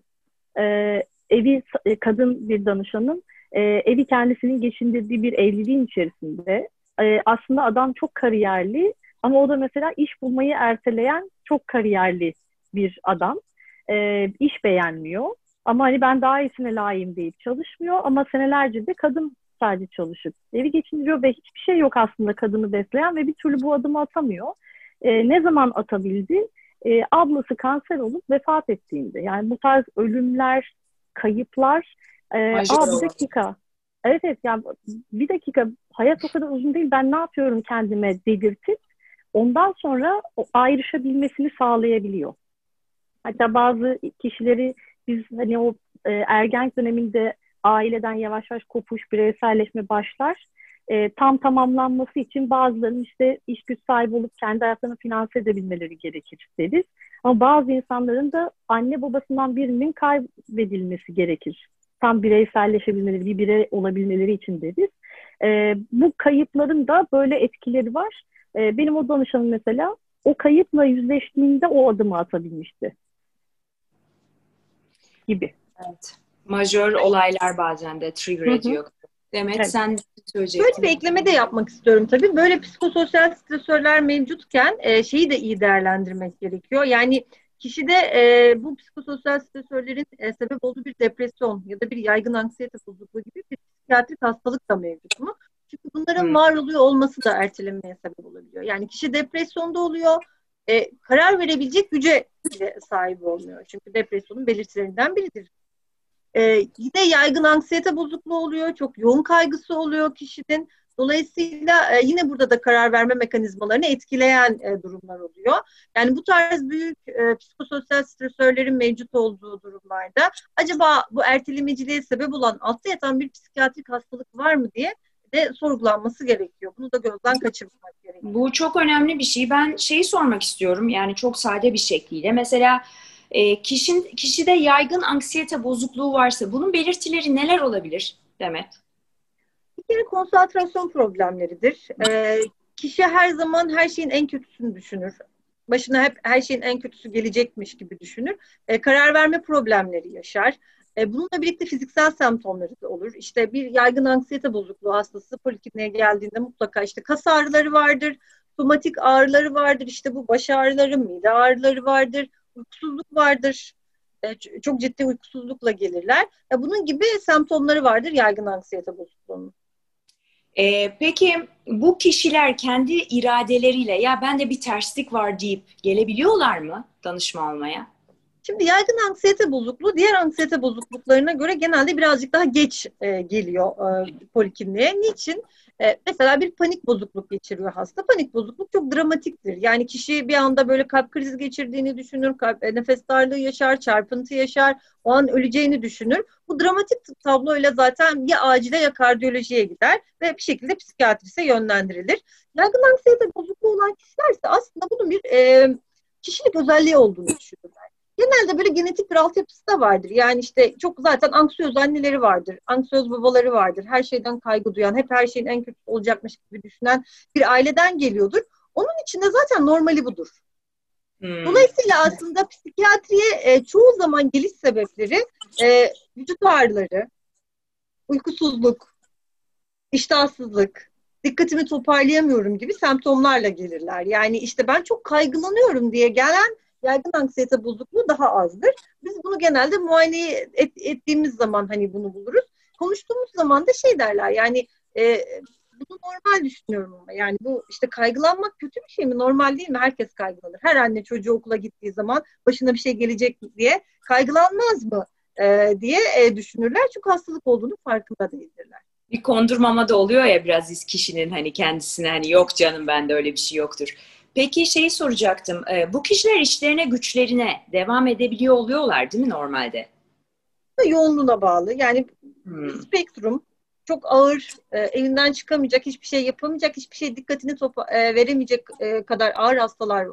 evi kadın bir danışanın evi kendisinin geçindirdiği bir evliliğin içerisinde aslında adam çok kariyerli ama o da mesela iş bulmayı erteleyen çok kariyerli bir adam. İş beğenmiyor ama hani ben daha iyisine layığım deyip çalışmıyor ama senelerce de kadın sadece çalışıp evi geçindiriyor ve hiçbir şey yok aslında kadını besleyen ve bir türlü bu adımı atamıyor. Ne zaman atabildi? Ablası kanser olup vefat ettiğinde. Yani bu tarz ölümler, kayıplar. Bir dakika. Evet yani bir dakika, hayat o kadar uzun değil, ben ne yapıyorum kendime dedirtip ondan sonra ayrışabilmesini sağlayabiliyor. Hatta bazı kişileri biz hani o ergenlik döneminde aileden yavaş yavaş kopuş, bireyselleşme başlar. Tam tamamlanması için bazılarının işte iş güç sahibi olup kendi hayatlarını finanse edebilmeleri gerekir deriz. Ama bazı insanların da anne babasından birinin kaybedilmesi gerekir. Tam bireyselleşebilmeleri, bir birey olabilmeleri için deriz. Bu kayıpların da böyle etkileri var. Benim o danışanım mesela o kayıpla yüzleştiğinde o adımı atabilmişti. Gibi. Evet. Majör olaylar bazen de trigger ediyor. Demet, Evet. sen Böyle söyleyecektin. bir ekleme de yapmak istiyorum tabii. Böyle psikososyal stresörler mevcutken şeyi de iyi değerlendirmek gerekiyor. Yani kişide bu psikososyal stresörlerin sebep olduğu bir depresyon ya da bir yaygın anksiyete bozukluğu gibi bir psikiyatrik hastalık da mevcut mu? Çünkü bunların Hmm. var oluyor olması da ertelenmeye sebep olabiliyor. Yani kişi depresyonda oluyor, karar verebilecek güce bile sahip olmuyor. Çünkü depresyonun belirtilerinden biridir. Yine yaygın anksiyete bozukluğu oluyor. Çok yoğun kaygısı oluyor kişinin. Dolayısıyla yine burada da karar verme mekanizmalarını etkileyen durumlar oluyor. Yani bu tarz büyük psikososyal stresörlerin mevcut olduğu durumlarda acaba bu ertelemeciliğe sebep olan altta yatan bir psikiyatrik hastalık var mı diye de sorgulanması gerekiyor. Bunu da gözden kaçırmamak gerekiyor. Bu çok önemli bir şey. Ben şeyi sormak istiyorum, yani çok sade bir şekliyle. Mesela kişide yaygın anksiyete bozukluğu varsa bunun belirtileri neler olabilir Demet? Bir kere konsantrasyon problemleridir. Kişi her zaman her şeyin en kötüsünü düşünür. Başına hep her şeyin en kötüsü gelecekmiş gibi düşünür. Karar verme problemleri yaşar. Bununla birlikte fiziksel semptomları da olur. İşte bir yaygın anksiyete bozukluğu hastası polikliniğe geldiğinde mutlaka işte kas ağrıları vardır, somatik ağrıları vardır, işte bu baş ağrıları, mide ağrıları vardır, uykusuzluk vardır. Çok ciddi uykusuzlukla gelirler. Bunun gibi semptomları vardır yaygın anksiyete bozukluğunun. Peki bu kişiler kendi iradeleriyle ya bende bir terslik var deyip gelebiliyorlar mı danışma almaya? Şimdi yaygın anksiyete bozukluğu diğer anksiyete bozukluklarına göre genelde birazcık daha geç geliyor polikliniğe. Niçin? Mesela bir panik bozukluk geçiriyor hasta. Panik bozukluk çok dramatiktir. Yani kişi bir anda böyle kalp krizi geçirdiğini düşünür, nefes darlığı yaşar, çarpıntı yaşar, o an öleceğini düşünür. Bu dramatik tabloyla zaten ya acile ya kardiyolojiye gider ve bir şekilde psikiyatrise yönlendirilir. Yaygın anksiyete bozukluğu olan kişiler ise aslında bunun bir kişilik özelliği olduğunu düşünürler. Genelde böyle genetik bir altyapısı da vardır. Yani işte çok zaten anksiyöz anneleri vardır, anksiyöz babaları vardır. Her şeyden kaygı duyan, hep her şeyin en kötüsü olacakmış gibi düşünen bir aileden geliyordur. Onun için de zaten normali budur. Dolayısıyla aslında psikiyatriye çoğu zaman geliş sebepleri vücut ağrıları, uykusuzluk, iştahsızlık, dikkatimi toparlayamıyorum gibi semptomlarla gelirler. Yani işte ben çok kaygılanıyorum diye gelen yaygın anksiyete bozukluğu daha azdır. Biz bunu genelde muayene ettiğimiz zaman hani bunu buluruz. Konuştuğumuz zaman da şey derler yani bunu normal düşünüyorum ama yani bu işte kaygılanmak kötü bir şey mi? Normal değil mi? Herkes kaygılanır. Her anne çocuğu okula gittiği zaman başına bir şey gelecek diye kaygılanmaz mı diye düşünürler. Çünkü hastalık olduğunu farkında değildirler. Bir kondurmama da oluyor ya biraz kişinin hani kendisine hani yok canım bende öyle bir şey yoktur. Peki şeyi soracaktım. Bu kişiler işlerine güçlerine devam edebiliyor oluyorlar değil mi normalde? Yoğunluğuna bağlı. Yani spektrum çok ağır, evinden çıkamayacak, hiçbir şey yapamayacak, hiçbir şey dikkatini veremeyecek kadar ağır hastalar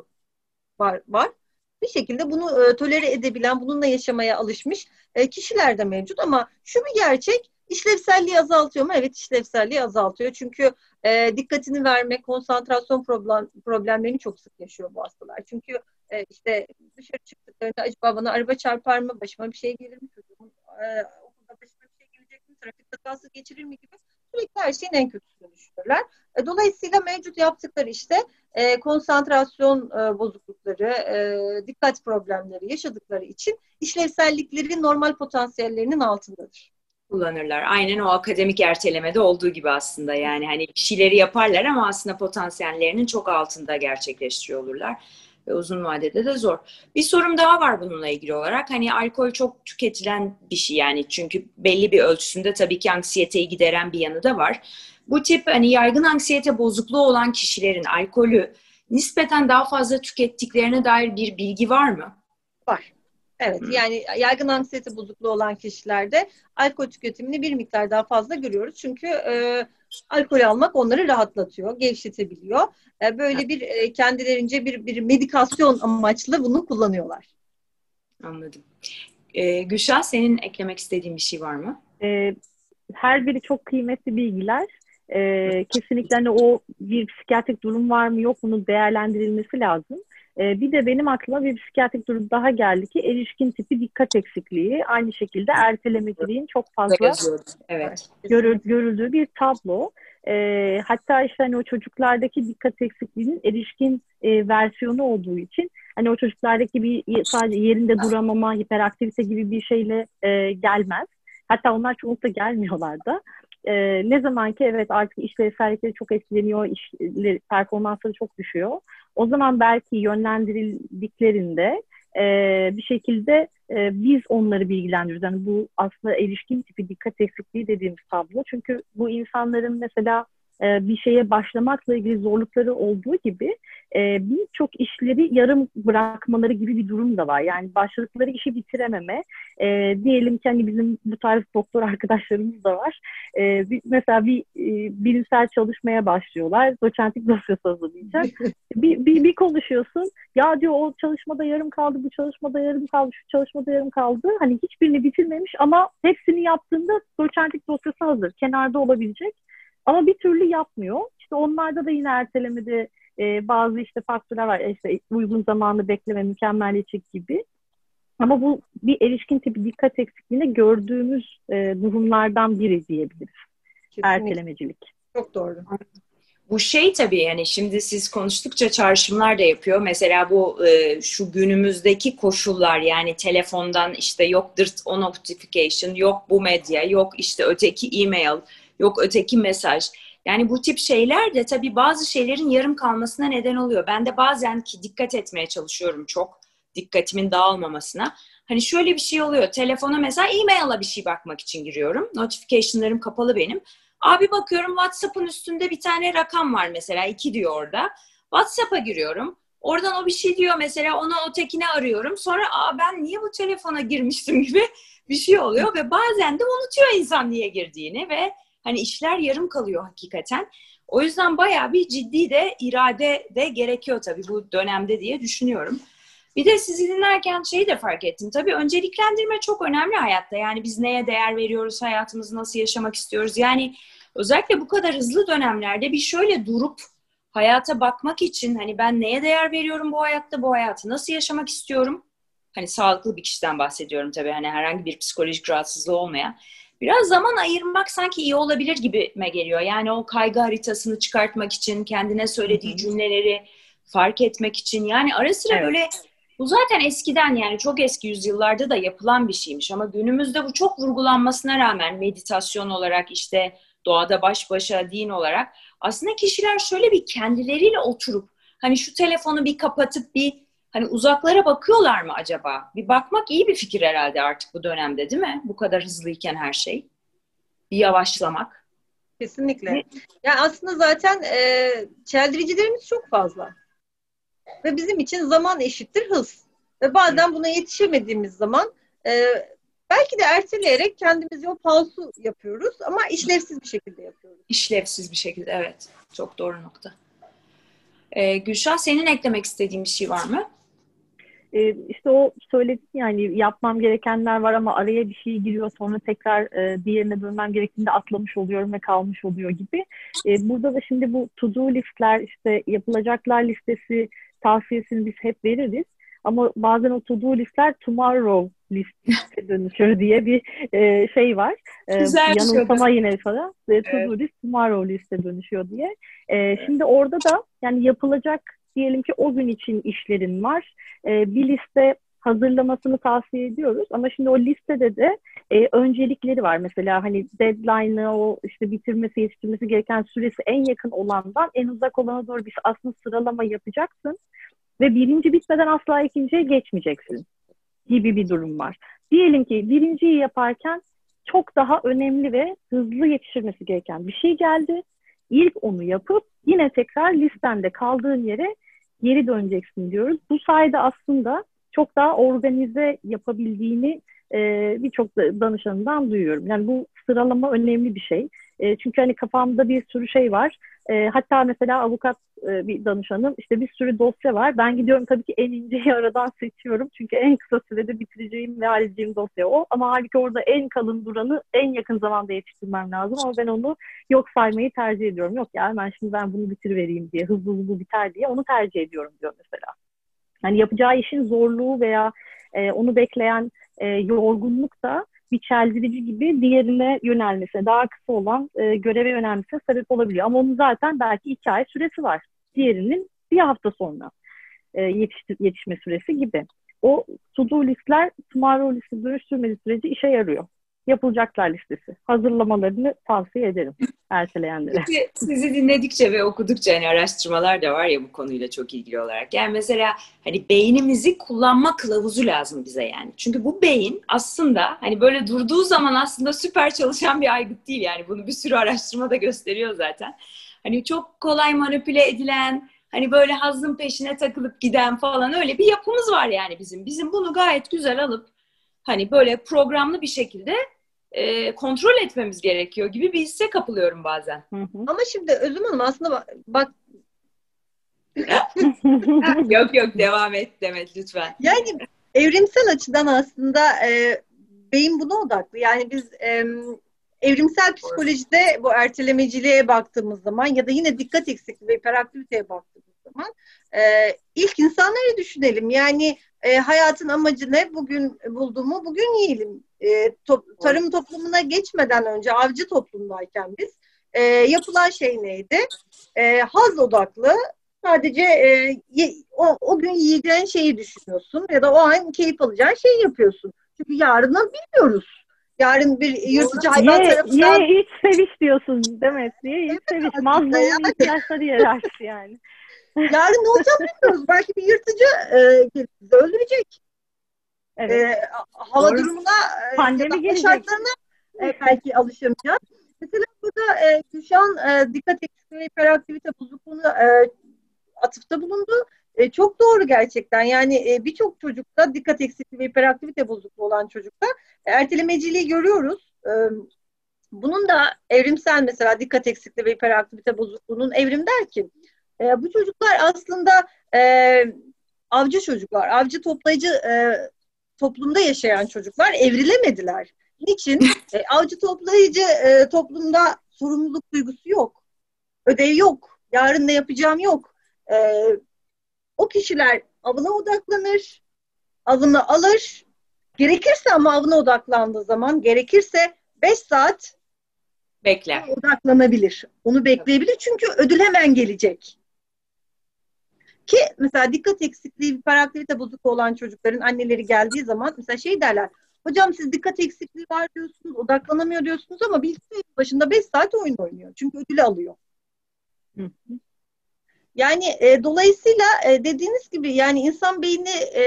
var. Bir şekilde bunu tolere edebilen, bununla yaşamaya alışmış kişiler de mevcut ama şu bir gerçek, işlevselliği azaltıyor mu? Evet, işlevselliği azaltıyor. Çünkü dikkatini verme, konsantrasyon problemlerini çok sık yaşıyor bu hastalar. Çünkü işte dışarı çıktıklarında acaba bana araba çarpar mı, başıma bir şey gelir mi, çocuğumun okulda başıma bir şey gelecek mi, trafik kazası geçirir mi gibi sürekli her şeyin en kötüsünü düşünürler. Dolayısıyla mevcut yaptıkları işte konsantrasyon bozuklukları, dikkat problemleri yaşadıkları için işlevsellikleri normal potansiyellerinin altındadır. Kullanırlar. Aynen o akademik ertelemede olduğu gibi aslında yani hani bir şeyleri yaparlar ama aslında potansiyellerinin çok altında gerçekleştiriyor olurlar. Ve uzun vadede de zor. Bir sorum daha var bununla ilgili olarak. Hani alkol çok tüketilen bir şey yani çünkü belli bir ölçüsünde tabii ki anksiyeteyi gideren bir yanı da var. Bu tip hani yaygın anksiyete bozukluğu olan kişilerin alkolü nispeten daha fazla tükettiklerine dair bir bilgi var mı? Var. Evet, yani yaygın anksiyete bozukluğu olan kişilerde alkol tüketimini bir miktar daha fazla görüyoruz. Çünkü alkol almak onları rahatlatıyor, gevşetebiliyor. Böyle bir kendilerince bir medikasyon amaçlı bunu kullanıyorlar. Anladım. Gülşah, senin eklemek istediğin bir şey var mı? Her biri çok kıymetli bilgiler. Kesinlikle hani o bir psikiyatrik durum var mı yok mu değerlendirilmesi lazım. Bir de benim aklıma bir psikiyatrik durum daha geldi ki erişkin tipi dikkat eksikliği. Aynı şekilde ertelemeciliğin çok fazla evet. görüldüğü bir tablo. Hatta işte hani o çocuklardaki dikkat eksikliğinin erişkin versiyonu olduğu için hani o çocuklardaki bir sadece yerinde duramama, hiperaktivite gibi bir şeyle gelmez. Hatta onlar çoğunlukla gelmiyorlar da. Ne zaman ki evet artık işlevsellikleri çok etkileniyor, performansları çok düşüyor. O zaman belki yönlendirildiklerinde bir şekilde biz onları bilgilendiriyoruz. Yani bu aslında erişkin tipi dikkat eksikliği dediğimiz tablo. Çünkü bu insanların mesela bir şeye başlamakla ilgili zorlukları olduğu gibi birçok işleri yarım bırakmaları gibi bir durum da var. Yani başladıkları işi bitirememe. Diyelim ki hani bizim bu tarz doktor arkadaşlarımız da var. Mesela bir bilimsel çalışmaya başlıyorlar. Doçentlik dosyası hazırlayacak. Bir konuşuyorsun. Ya diyor o çalışmada yarım kaldı, bu çalışmada yarım kaldı, şu çalışmada yarım kaldı. Hani hiçbirini bitirmemiş ama hepsini yaptığında doçentlik dosyası hazır. Kenarda olabilecek. Ama bir türlü yapmıyor. İşte onlarda da yine ertelemede bazı işte faktörler var. İşte uygun zamanı bekleme, mükemmeliyetçilik gibi. Ama bu bir erişkin tipi dikkat eksikliğinde gördüğümüz durumlardan biri diyebiliriz. Kesinlikle. Ertelemecilik. Çok doğru. Bu şey tabii yani şimdi siz konuştukça çağrışımlar da yapıyor. Mesela bu şu günümüzdeki koşullar yani telefondan işte yok dırt o notification, yok bu medya, yok işte öteki e-mail, yok öteki mesaj. Yani bu tip şeyler de tabii bazı şeylerin yarım kalmasına neden oluyor. Ben de bazen ki dikkat etmeye çalışıyorum çok dikkatimin dağılmamasına. Hani şöyle bir şey oluyor. Telefona mesela e-mail'a bir şey bakmak için giriyorum. Notification'larım kapalı benim. Abi bakıyorum WhatsApp'ın üstünde bir tane rakam var mesela 2 diyor orada. WhatsApp'a giriyorum. Oradan o bir şey diyor mesela onu ötekine arıyorum. Sonra ben niye bu telefona girmiştim gibi bir şey oluyor ve bazen de unutuyor insan niye girdiğini ve hani işler yarım kalıyor hakikaten. O yüzden bayağı bir ciddi de irade de gerekiyor tabii bu dönemde diye düşünüyorum. Bir de sizi dinlerken şeyi de fark ettim. Tabii önceliklendirme çok önemli hayatta. Yani biz neye değer veriyoruz, hayatımızı nasıl yaşamak istiyoruz? Yani özellikle bu kadar hızlı dönemlerde bir şöyle durup hayata bakmak için hani ben neye değer veriyorum bu hayatta, bu hayatı nasıl yaşamak istiyorum? Hani sağlıklı bir kişiden bahsediyorum tabii. Hani herhangi bir psikolojik rahatsızlığı olmayan. Biraz zaman ayırmak sanki iyi olabilir gibime geliyor. Yani o kaygı haritasını çıkartmak için, kendine söylediği cümleleri fark etmek için. Yani ara sıra böyle bu zaten eskiden yani çok eski yüzyıllarda da yapılan bir şeymiş. Ama günümüzde bu çok vurgulanmasına rağmen meditasyon olarak işte doğada baş başa din olarak aslında kişiler şöyle bir kendileriyle oturup hani şu telefonu bir kapatıp bir hani uzaklara bakıyorlar mı acaba? Bir bakmak iyi bir fikir herhalde artık bu dönemde değil mi? Bu kadar hızlıyken her şey. Bir yavaşlamak. Kesinlikle. Yani aslında zaten çeldiricilerimiz çok fazla. Ve bizim için zaman eşittir hız. Ve bazen buna yetişemediğimiz zaman belki de erteleyerek kendimizi o pausu yapıyoruz ama işlevsiz bir şekilde yapıyoruz. İşlevsiz bir şekilde evet. Çok doğru nokta. Gülşah senin eklemek istediğin bir şey var mı? İşte o söyledim yani yapmam gerekenler var ama araya bir şey giriyor sonra tekrar diğerine dönmem gerektiğinde atlamış oluyorum ve kalmış oluyor gibi. Burada da şimdi bu to do listler işte yapılacaklar listesi tavsiyesini biz hep veririz. Ama bazen o to do listler tomorrow liste dönüşür diye bir şey var. Güzel yanılsama yine falan. To do list tomorrow liste dönüşüyor diye. Şimdi orada da yani yapılacak diyelim ki o gün için işlerin var. Bir liste hazırlamasını tavsiye ediyoruz. Ama şimdi o listede de öncelikleri var. Mesela hani deadline'ı o işte bitirmesi, yetiştirmesi gereken süresi en yakın olandan en uzak olana doğru bir aslında sıralama yapacaksın. Ve birinci bitmeden asla ikinciye geçmeyeceksin gibi bir durum var. Diyelim ki birinciyi yaparken çok daha önemli ve hızlı yetiştirmesi gereken bir şey geldi. İlk onu yapıp yine tekrar listende kaldığın yere geri döneceksin diyoruz. Bu sayede aslında çok daha organize yapabildiğini birçok danışanından duyuyorum. Yani bu sıralama önemli bir şey. Çünkü hani kafamda bir sürü şey var. Hatta mesela avukat bir danışanım işte bir sürü dosya var. Ben gidiyorum tabii ki en inceyi aradan seçiyorum. Çünkü en kısa sürede bitireceğim ve halledeceğim dosya o. Ama halbuki orada en kalın duranı en yakın zamanda yetiştirmem lazım. Ama ben onu yok saymayı tercih ediyorum. Yok ya hemen şimdi ben bunu bitirivereyim diye hızlı hızlı biter diye onu tercih ediyorum diyor mesela. hani yapacağı işin zorluğu veya onu bekleyen yorgunluk da bir çeldirici gibi diğerine yönelmesine, daha kısa olan göreve yönelmesine sebep olabiliyor. Ama onun zaten belki 2 ay süresi var. Diğerinin bir hafta sonra yetişme süresi gibi. O to-do listler tomorrow listesi dönüştürmediği sürece işe yarıyor. Yapılacaklar listesi. Hazırlamalarını tavsiye ederim erteleyenlere. Sizi dinledikçe ve okudukça hani araştırmalar da var ya bu konuyla çok ilgili olarak. Yani mesela hani beynimizi kullanma kılavuzu lazım bize yani. Çünkü bu beyin aslında hani böyle durduğu zaman aslında süper çalışan bir aygıt değil yani. Bunu bir sürü araştırma da gösteriyor zaten. Hani çok kolay manipüle edilen, hani böyle hazzın peşine takılıp giden falan öyle bir yapımız var yani bizim. Bizim bunu gayet güzel alıp hani böyle programlı bir şekilde kontrol etmemiz gerekiyor gibi bir hisse kapılıyorum bazen. Ama şimdi Özlem Hanım aslında bak yok devam et Demet lütfen. yani evrimsel açıdan aslında beyin buna odaklı. Yani biz evrimsel psikolojide bu ertelemeciliğe baktığımız zaman ya da yine dikkat eksikliği ve hiperaktiviteye baktığımız zaman ilk insanları düşünelim. Yani hayatın amacı ne? Bugün bulduğumu bugün yiyelim. Tarım toplumuna geçmeden önce avcı toplumdayken biz yapılan şey neydi? Haz odaklı. Sadece o gün yiyeceğin şeyi düşünüyorsun ya da o an keyif alacağın şeyi yapıyorsun. Çünkü yarını bilmiyoruz. Yarın bir yırtıcı hayvan tarafından... Ye iç seviş diyorsun Demet. Ye iç seviş. Maslow'un ihtiyaçları hiyerarşisi yani. Yarın ne olacağını bilmiyoruz. Belki bir yırtıcı bizi öldürecek. Evet. Hava durumuna, pandemi şartlarına belki alışamayacağız. Mesela burada Gülşah'ın dikkat eksikliği ve hiperaktivite bozukluğunu atıfta bulundu. Çok doğru gerçekten. Yani birçok çocukta dikkat eksikliği ve hiperaktivite bozukluğu olan çocukta ertelemeciliği görüyoruz. Bunun da evrimsel mesela dikkat eksikliği ve hiperaktivite bozukluğunun evrim der ki bu çocuklar aslında avcı çocuklar, avcı toplayıcı toplumda yaşayan çocuklar evrilemediler. Niçin? Avcı toplayıcı toplumda sorumluluk duygusu yok. Ödev yok. Yarın ne yapacağım yok. O kişiler avına odaklanır, avını alır. Gerekirse ama avına odaklandığı zaman gerekirse 5 saat bekler. Odaklanabilir. Onu bekleyebilir çünkü ödül hemen gelecek. Ki mesela dikkat eksikliği, hiperaktivite bozukluğu olan çocukların anneleri geldiği zaman mesela şey derler. Hocam siz dikkat eksikliği var diyorsunuz, odaklanamıyor diyorsunuz ama bilgisayarın başında 5 saat oyun oynuyor. Çünkü ödülü alıyor. Yani dolayısıyla dediğiniz gibi yani insan beyni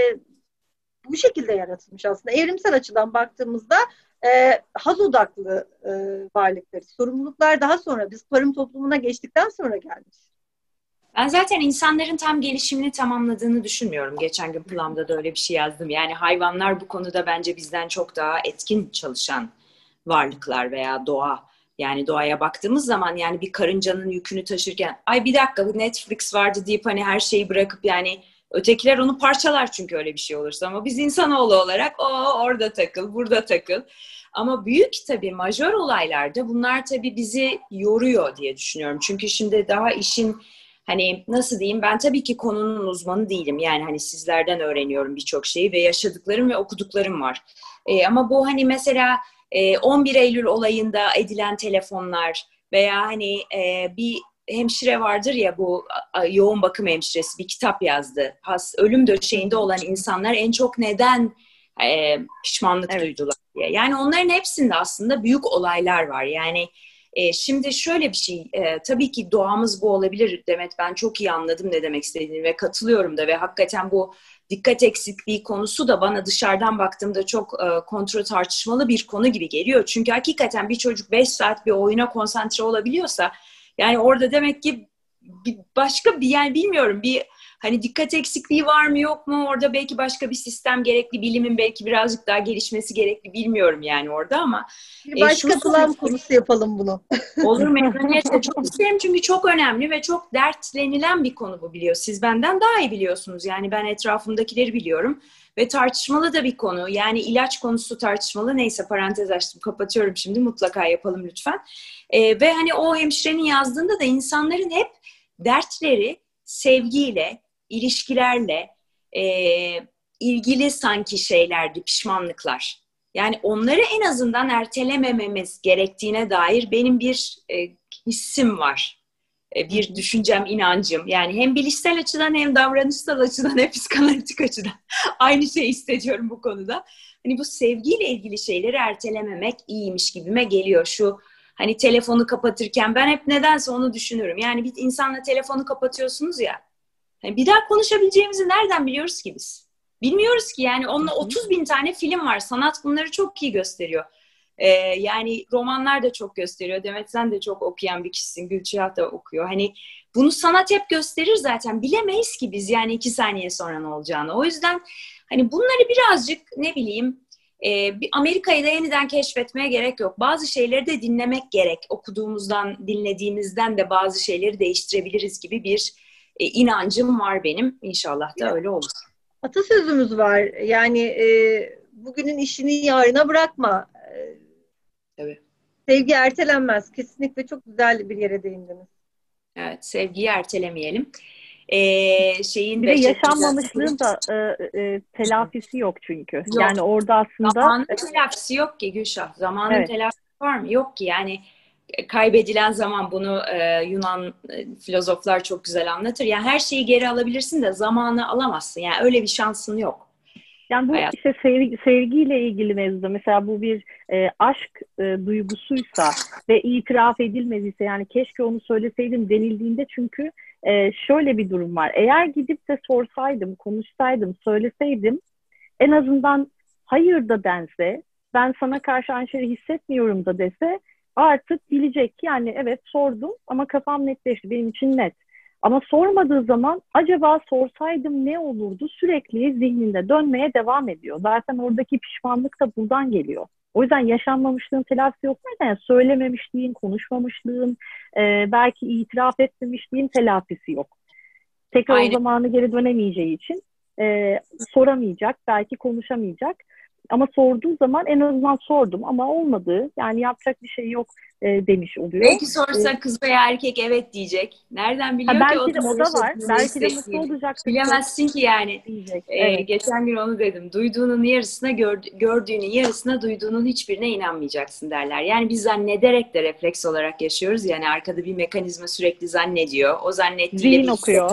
bu şekilde yaratılmış aslında. Evrimsel açıdan baktığımızda haz odaklı varlıkları. Sorumluluklar daha sonra biz tarım toplumuna geçtikten sonra gelmiş. Ben zaten insanların tam gelişimini tamamladığını düşünmüyorum. Geçen gün Plum'da da öyle bir şey yazdım. Yani hayvanlar bu konuda bence bizden çok daha etkin çalışan varlıklar veya doğa. Yani doğaya baktığımız zaman yani bir karıncanın yükünü taşırken ay bir dakika bu Netflix vardı deyip hani her şeyi bırakıp yani ötekiler onu parçalar çünkü öyle bir şey olursa ama biz insanoğlu olarak orada takıl, burada takıl. Ama büyük tabii majör olaylarda bunlar tabii bizi yoruyor diye düşünüyorum. Çünkü şimdi daha işin hani nasıl diyeyim ben tabii ki konunun uzmanı değilim. Yani hani sizlerden öğreniyorum birçok şeyi ve yaşadıklarım ve okuduklarım var. Ama bu hani mesela 11 Eylül olayında edilen telefonlar veya hani bir hemşire vardır ya bu yoğun bakım hemşiresi bir kitap yazdı. Ölüm döşeğinde olan insanlar en çok neden pişmanlık duydular diye. Yani onların hepsinde aslında büyük olaylar var. Yani şimdi şöyle bir şey, tabii ki doğamız bu olabilir Demet. Ben çok iyi anladım ne demek istediğini ve katılıyorum da ve hakikaten bu dikkat eksikliği konusu da bana dışarıdan baktığımda çok kontrol tartışmalı bir konu gibi geliyor. Çünkü hakikaten bir çocuk 5 saat bir oyuna konsantre olabiliyorsa yani orada demek ki başka bir yani bilmiyorum bir hani dikkat eksikliği var mı yok mu orada belki başka bir sistem gerekli bilimin belki birazcık daha gelişmesi gerekli bilmiyorum yani orada ama bir başka Plum konusu yapalım bunu. Olur memnuniyetle çok isterim çünkü çok önemli ve çok dertlenilen bir konu bu biliyor. Siz benden daha iyi biliyorsunuz yani ben etrafımdakileri biliyorum ve tartışmalı da bir konu yani ilaç konusu tartışmalı neyse parantez açtım kapatıyorum şimdi mutlaka yapalım lütfen ve hani o hemşirenin yazdığında da insanların hep dertleri sevgiyle, ilişkilerle ilgili sanki şeylerdi, pişmanlıklar. Yani onları en azından ertelemememiz gerektiğine dair benim bir hissim var. Bir düşüncem, inancım. Yani hem bilişsel açıdan hem davranışsal açıdan hem psikanalitik açıdan aynı şeyi hissediyorum bu konuda. Hani bu sevgiyle ilgili şeyleri ertelememek iyiymiş gibime geliyor. Şu hani telefonu kapatırken ben hep nedense onu düşünürüm. Yani bir insanla telefonu kapatıyorsunuz ya. Yani bir daha konuşabileceğimizi nereden biliyoruz ki biz? Bilmiyoruz ki yani onunla 30 bin tane film var. Sanat bunları çok iyi gösteriyor. Yani romanlar da çok gösteriyor. Demet sen de çok okuyan bir kişisin. Gülçihat da okuyor. Hani bunu sanat hep gösterir zaten. Bilemeyiz ki biz yani 2 saniye sonra ne olacağını. O yüzden hani bunları birazcık ne bileyim Amerika'yı da yeniden keşfetmeye gerek yok. Bazı şeyleri de dinlemek gerek. Okuduğumuzdan, dinlediğimizden de bazı şeyleri değiştirebiliriz gibi bir inancım var benim. İnşallah da öyle olur. Atasözümüz var. Yani bugünün işini yarına bırakma. Evet. Sevgi ertelenmez. Kesinlikle çok güzel bir yere değindiniz. Evet, sevgiyi ertelemeyelim. Bir de yaşanmamışlığın da telafisi yok çünkü. Yok. Yani orada aslında... Zamanın telafisi yok ki Gülşah. Zamanın telafisi var mı? Yok ki. Yani kaybedilen zaman bunu Yunan filozoflar çok güzel anlatır. Yani her şeyi geri alabilirsin de zamanı alamazsın. Yani öyle bir şansın yok. Yani bu işte sevgiyle ilgili mevzuda mesela bu bir aşk duygusuysa ve itiraf edilmediyse yani keşke onu söyleseydim denildiğinde çünkü şöyle bir durum var. Eğer gidip de sorsaydım, konuşsaydım, söyleseydim en azından hayır da dense, ben sana karşı aynı şeyi hissetmiyorum da dese artık bilecek ki yani evet sordum ama kafam netleşti, benim için net. Ama sormadığı zaman acaba sorsaydım ne olurdu sürekli zihninde dönmeye devam ediyor. Zaten oradaki pişmanlık da buradan geliyor. O yüzden yaşanmamışlığın telafisi yok. Yani söylememişliğin, konuşmamışlığın, belki itiraf etmemişliğin telafisi yok. Tekrar o zamanı geri dönemeyeceği için soramayacak, belki konuşamayacak. Ama sorduğu zaman en azından sordum ama olmadı. Yani yapacak bir şey yok demiş oluyor. Belki sorsa kız veya erkek evet diyecek. Nereden biliyor ki belki de o da var. Belki de mutlu olacaktır. Bilemezsin ki yani. Evet. Geçen gün onu dedim. Duyduğunun yarısına gördüğünün yarısına duyduğunun hiçbirine inanmayacaksın derler. Yani biz zannederek de refleks olarak yaşıyoruz. Yani arkada bir mekanizma sürekli zannediyor. O zannettiğiyle zihin okuyor.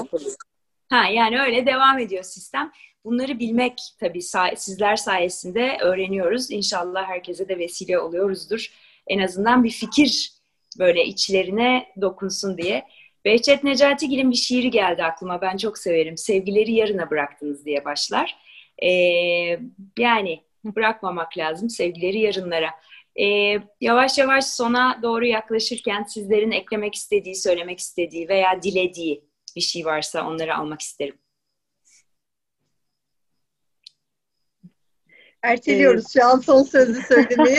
Yani öyle devam ediyor sistem. Bunları bilmek tabii sizler sayesinde öğreniyoruz. İnşallah herkese de vesile oluyoruzdur. En azından bir fikir böyle içlerine dokunsun diye. Behçet Necatigil'in bir şiiri geldi aklıma. Ben çok severim. Sevgileri yarına bıraktınız diye başlar. Yani bırakmamak lazım sevgileri yarınlara. Yavaş yavaş sona doğru yaklaşırken sizlerin eklemek istediği, söylemek istediği veya dilediği bir şey varsa onları almak isterim. Erteliyoruz şu an son sözü söylemeyi.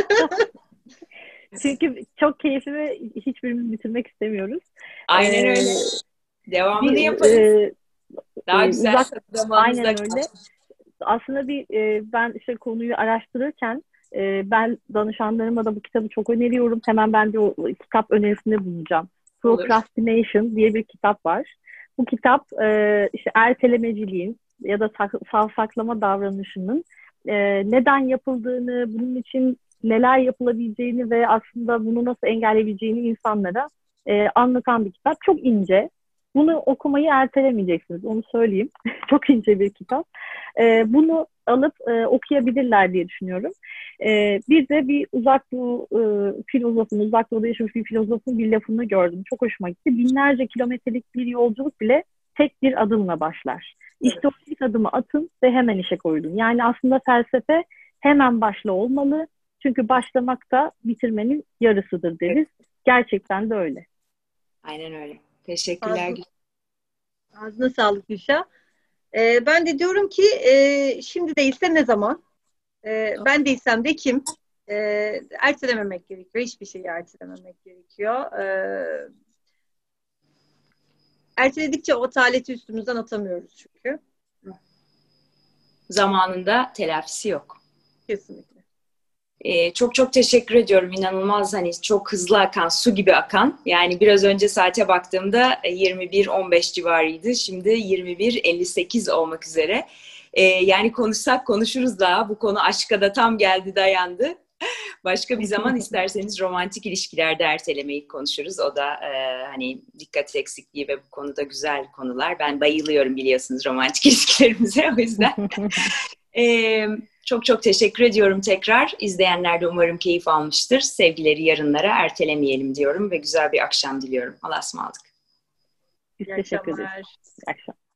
Çünkü çok keyifli ve hiçbirimiz bitirmek istemiyoruz. Aynen öyle. Devamını yaparız. Daha güzel. Aynen öyle. Aslında ben işte konuyu araştırırken ben danışanlarıma da bu kitabı çok öneriyorum. Hemen ben de o kitap önerisinde bulunacağım. Procrastination diye bir kitap var. Bu kitap işte ertelemeciliğin ya da saklama davranışının neden yapıldığını, bunun için neler yapılabileceğini ve aslında bunu nasıl engelleyebileceğini insanlara anlatan bir kitap. Çok ince. Bunu okumayı ertelemeyeceksiniz. Onu söyleyeyim. Çok ince bir kitap. Bunu alıp okuyabilirler diye düşünüyorum. Bir de bir uzak doğu filozofun, uzak doğuda yaşamış bir filozofun bir lafını gördüm. Çok hoşuma gitti. Binlerce kilometrelik bir yolculuk bile tek bir adımla başlar. İşte o ilk adımı atın ve hemen işe koyulun. Yani aslında felsefe hemen başla olmalı. Çünkü başlamak da bitirmenin yarısıdır deriz. Gerçekten de öyle. Aynen öyle. Teşekkürler. Ağzına sağlık Gülşah. Ben de diyorum ki şimdi değilse ne zaman? Ben değilsem de kim? Ertelememek gerekiyor. Hiçbir şeyi ertelememek gerekiyor. Erteledikçe o ataleti üstümüzden atamıyoruz çünkü. Zamanında telafisi yok. Kesinlikle. Çok çok teşekkür ediyorum. İnanılmaz, hani çok hızlı akan, su gibi akan. Yani biraz önce saate baktığımda 21:15 civarıydı. Şimdi 21:58 olmak üzere. Yani konuşsak konuşuruz daha. Bu konu aşka da tam geldi, dayandı. Başka bir zaman isterseniz romantik ilişkilerde ertelemeyi konuşuruz. O da hani dikkat eksikliği ve bu konuda güzel konular. Ben bayılıyorum biliyorsunuz romantik ilişkilerimize, o yüzden. Çok çok teşekkür ediyorum tekrar. İzleyenler de umarım keyif almıştır. Sevgileri yarınlara ertelemeyelim diyorum ve güzel bir akşam diliyorum. Allah'a ısmarladık. Biz teşekkür ederiz. İyi akşamlar.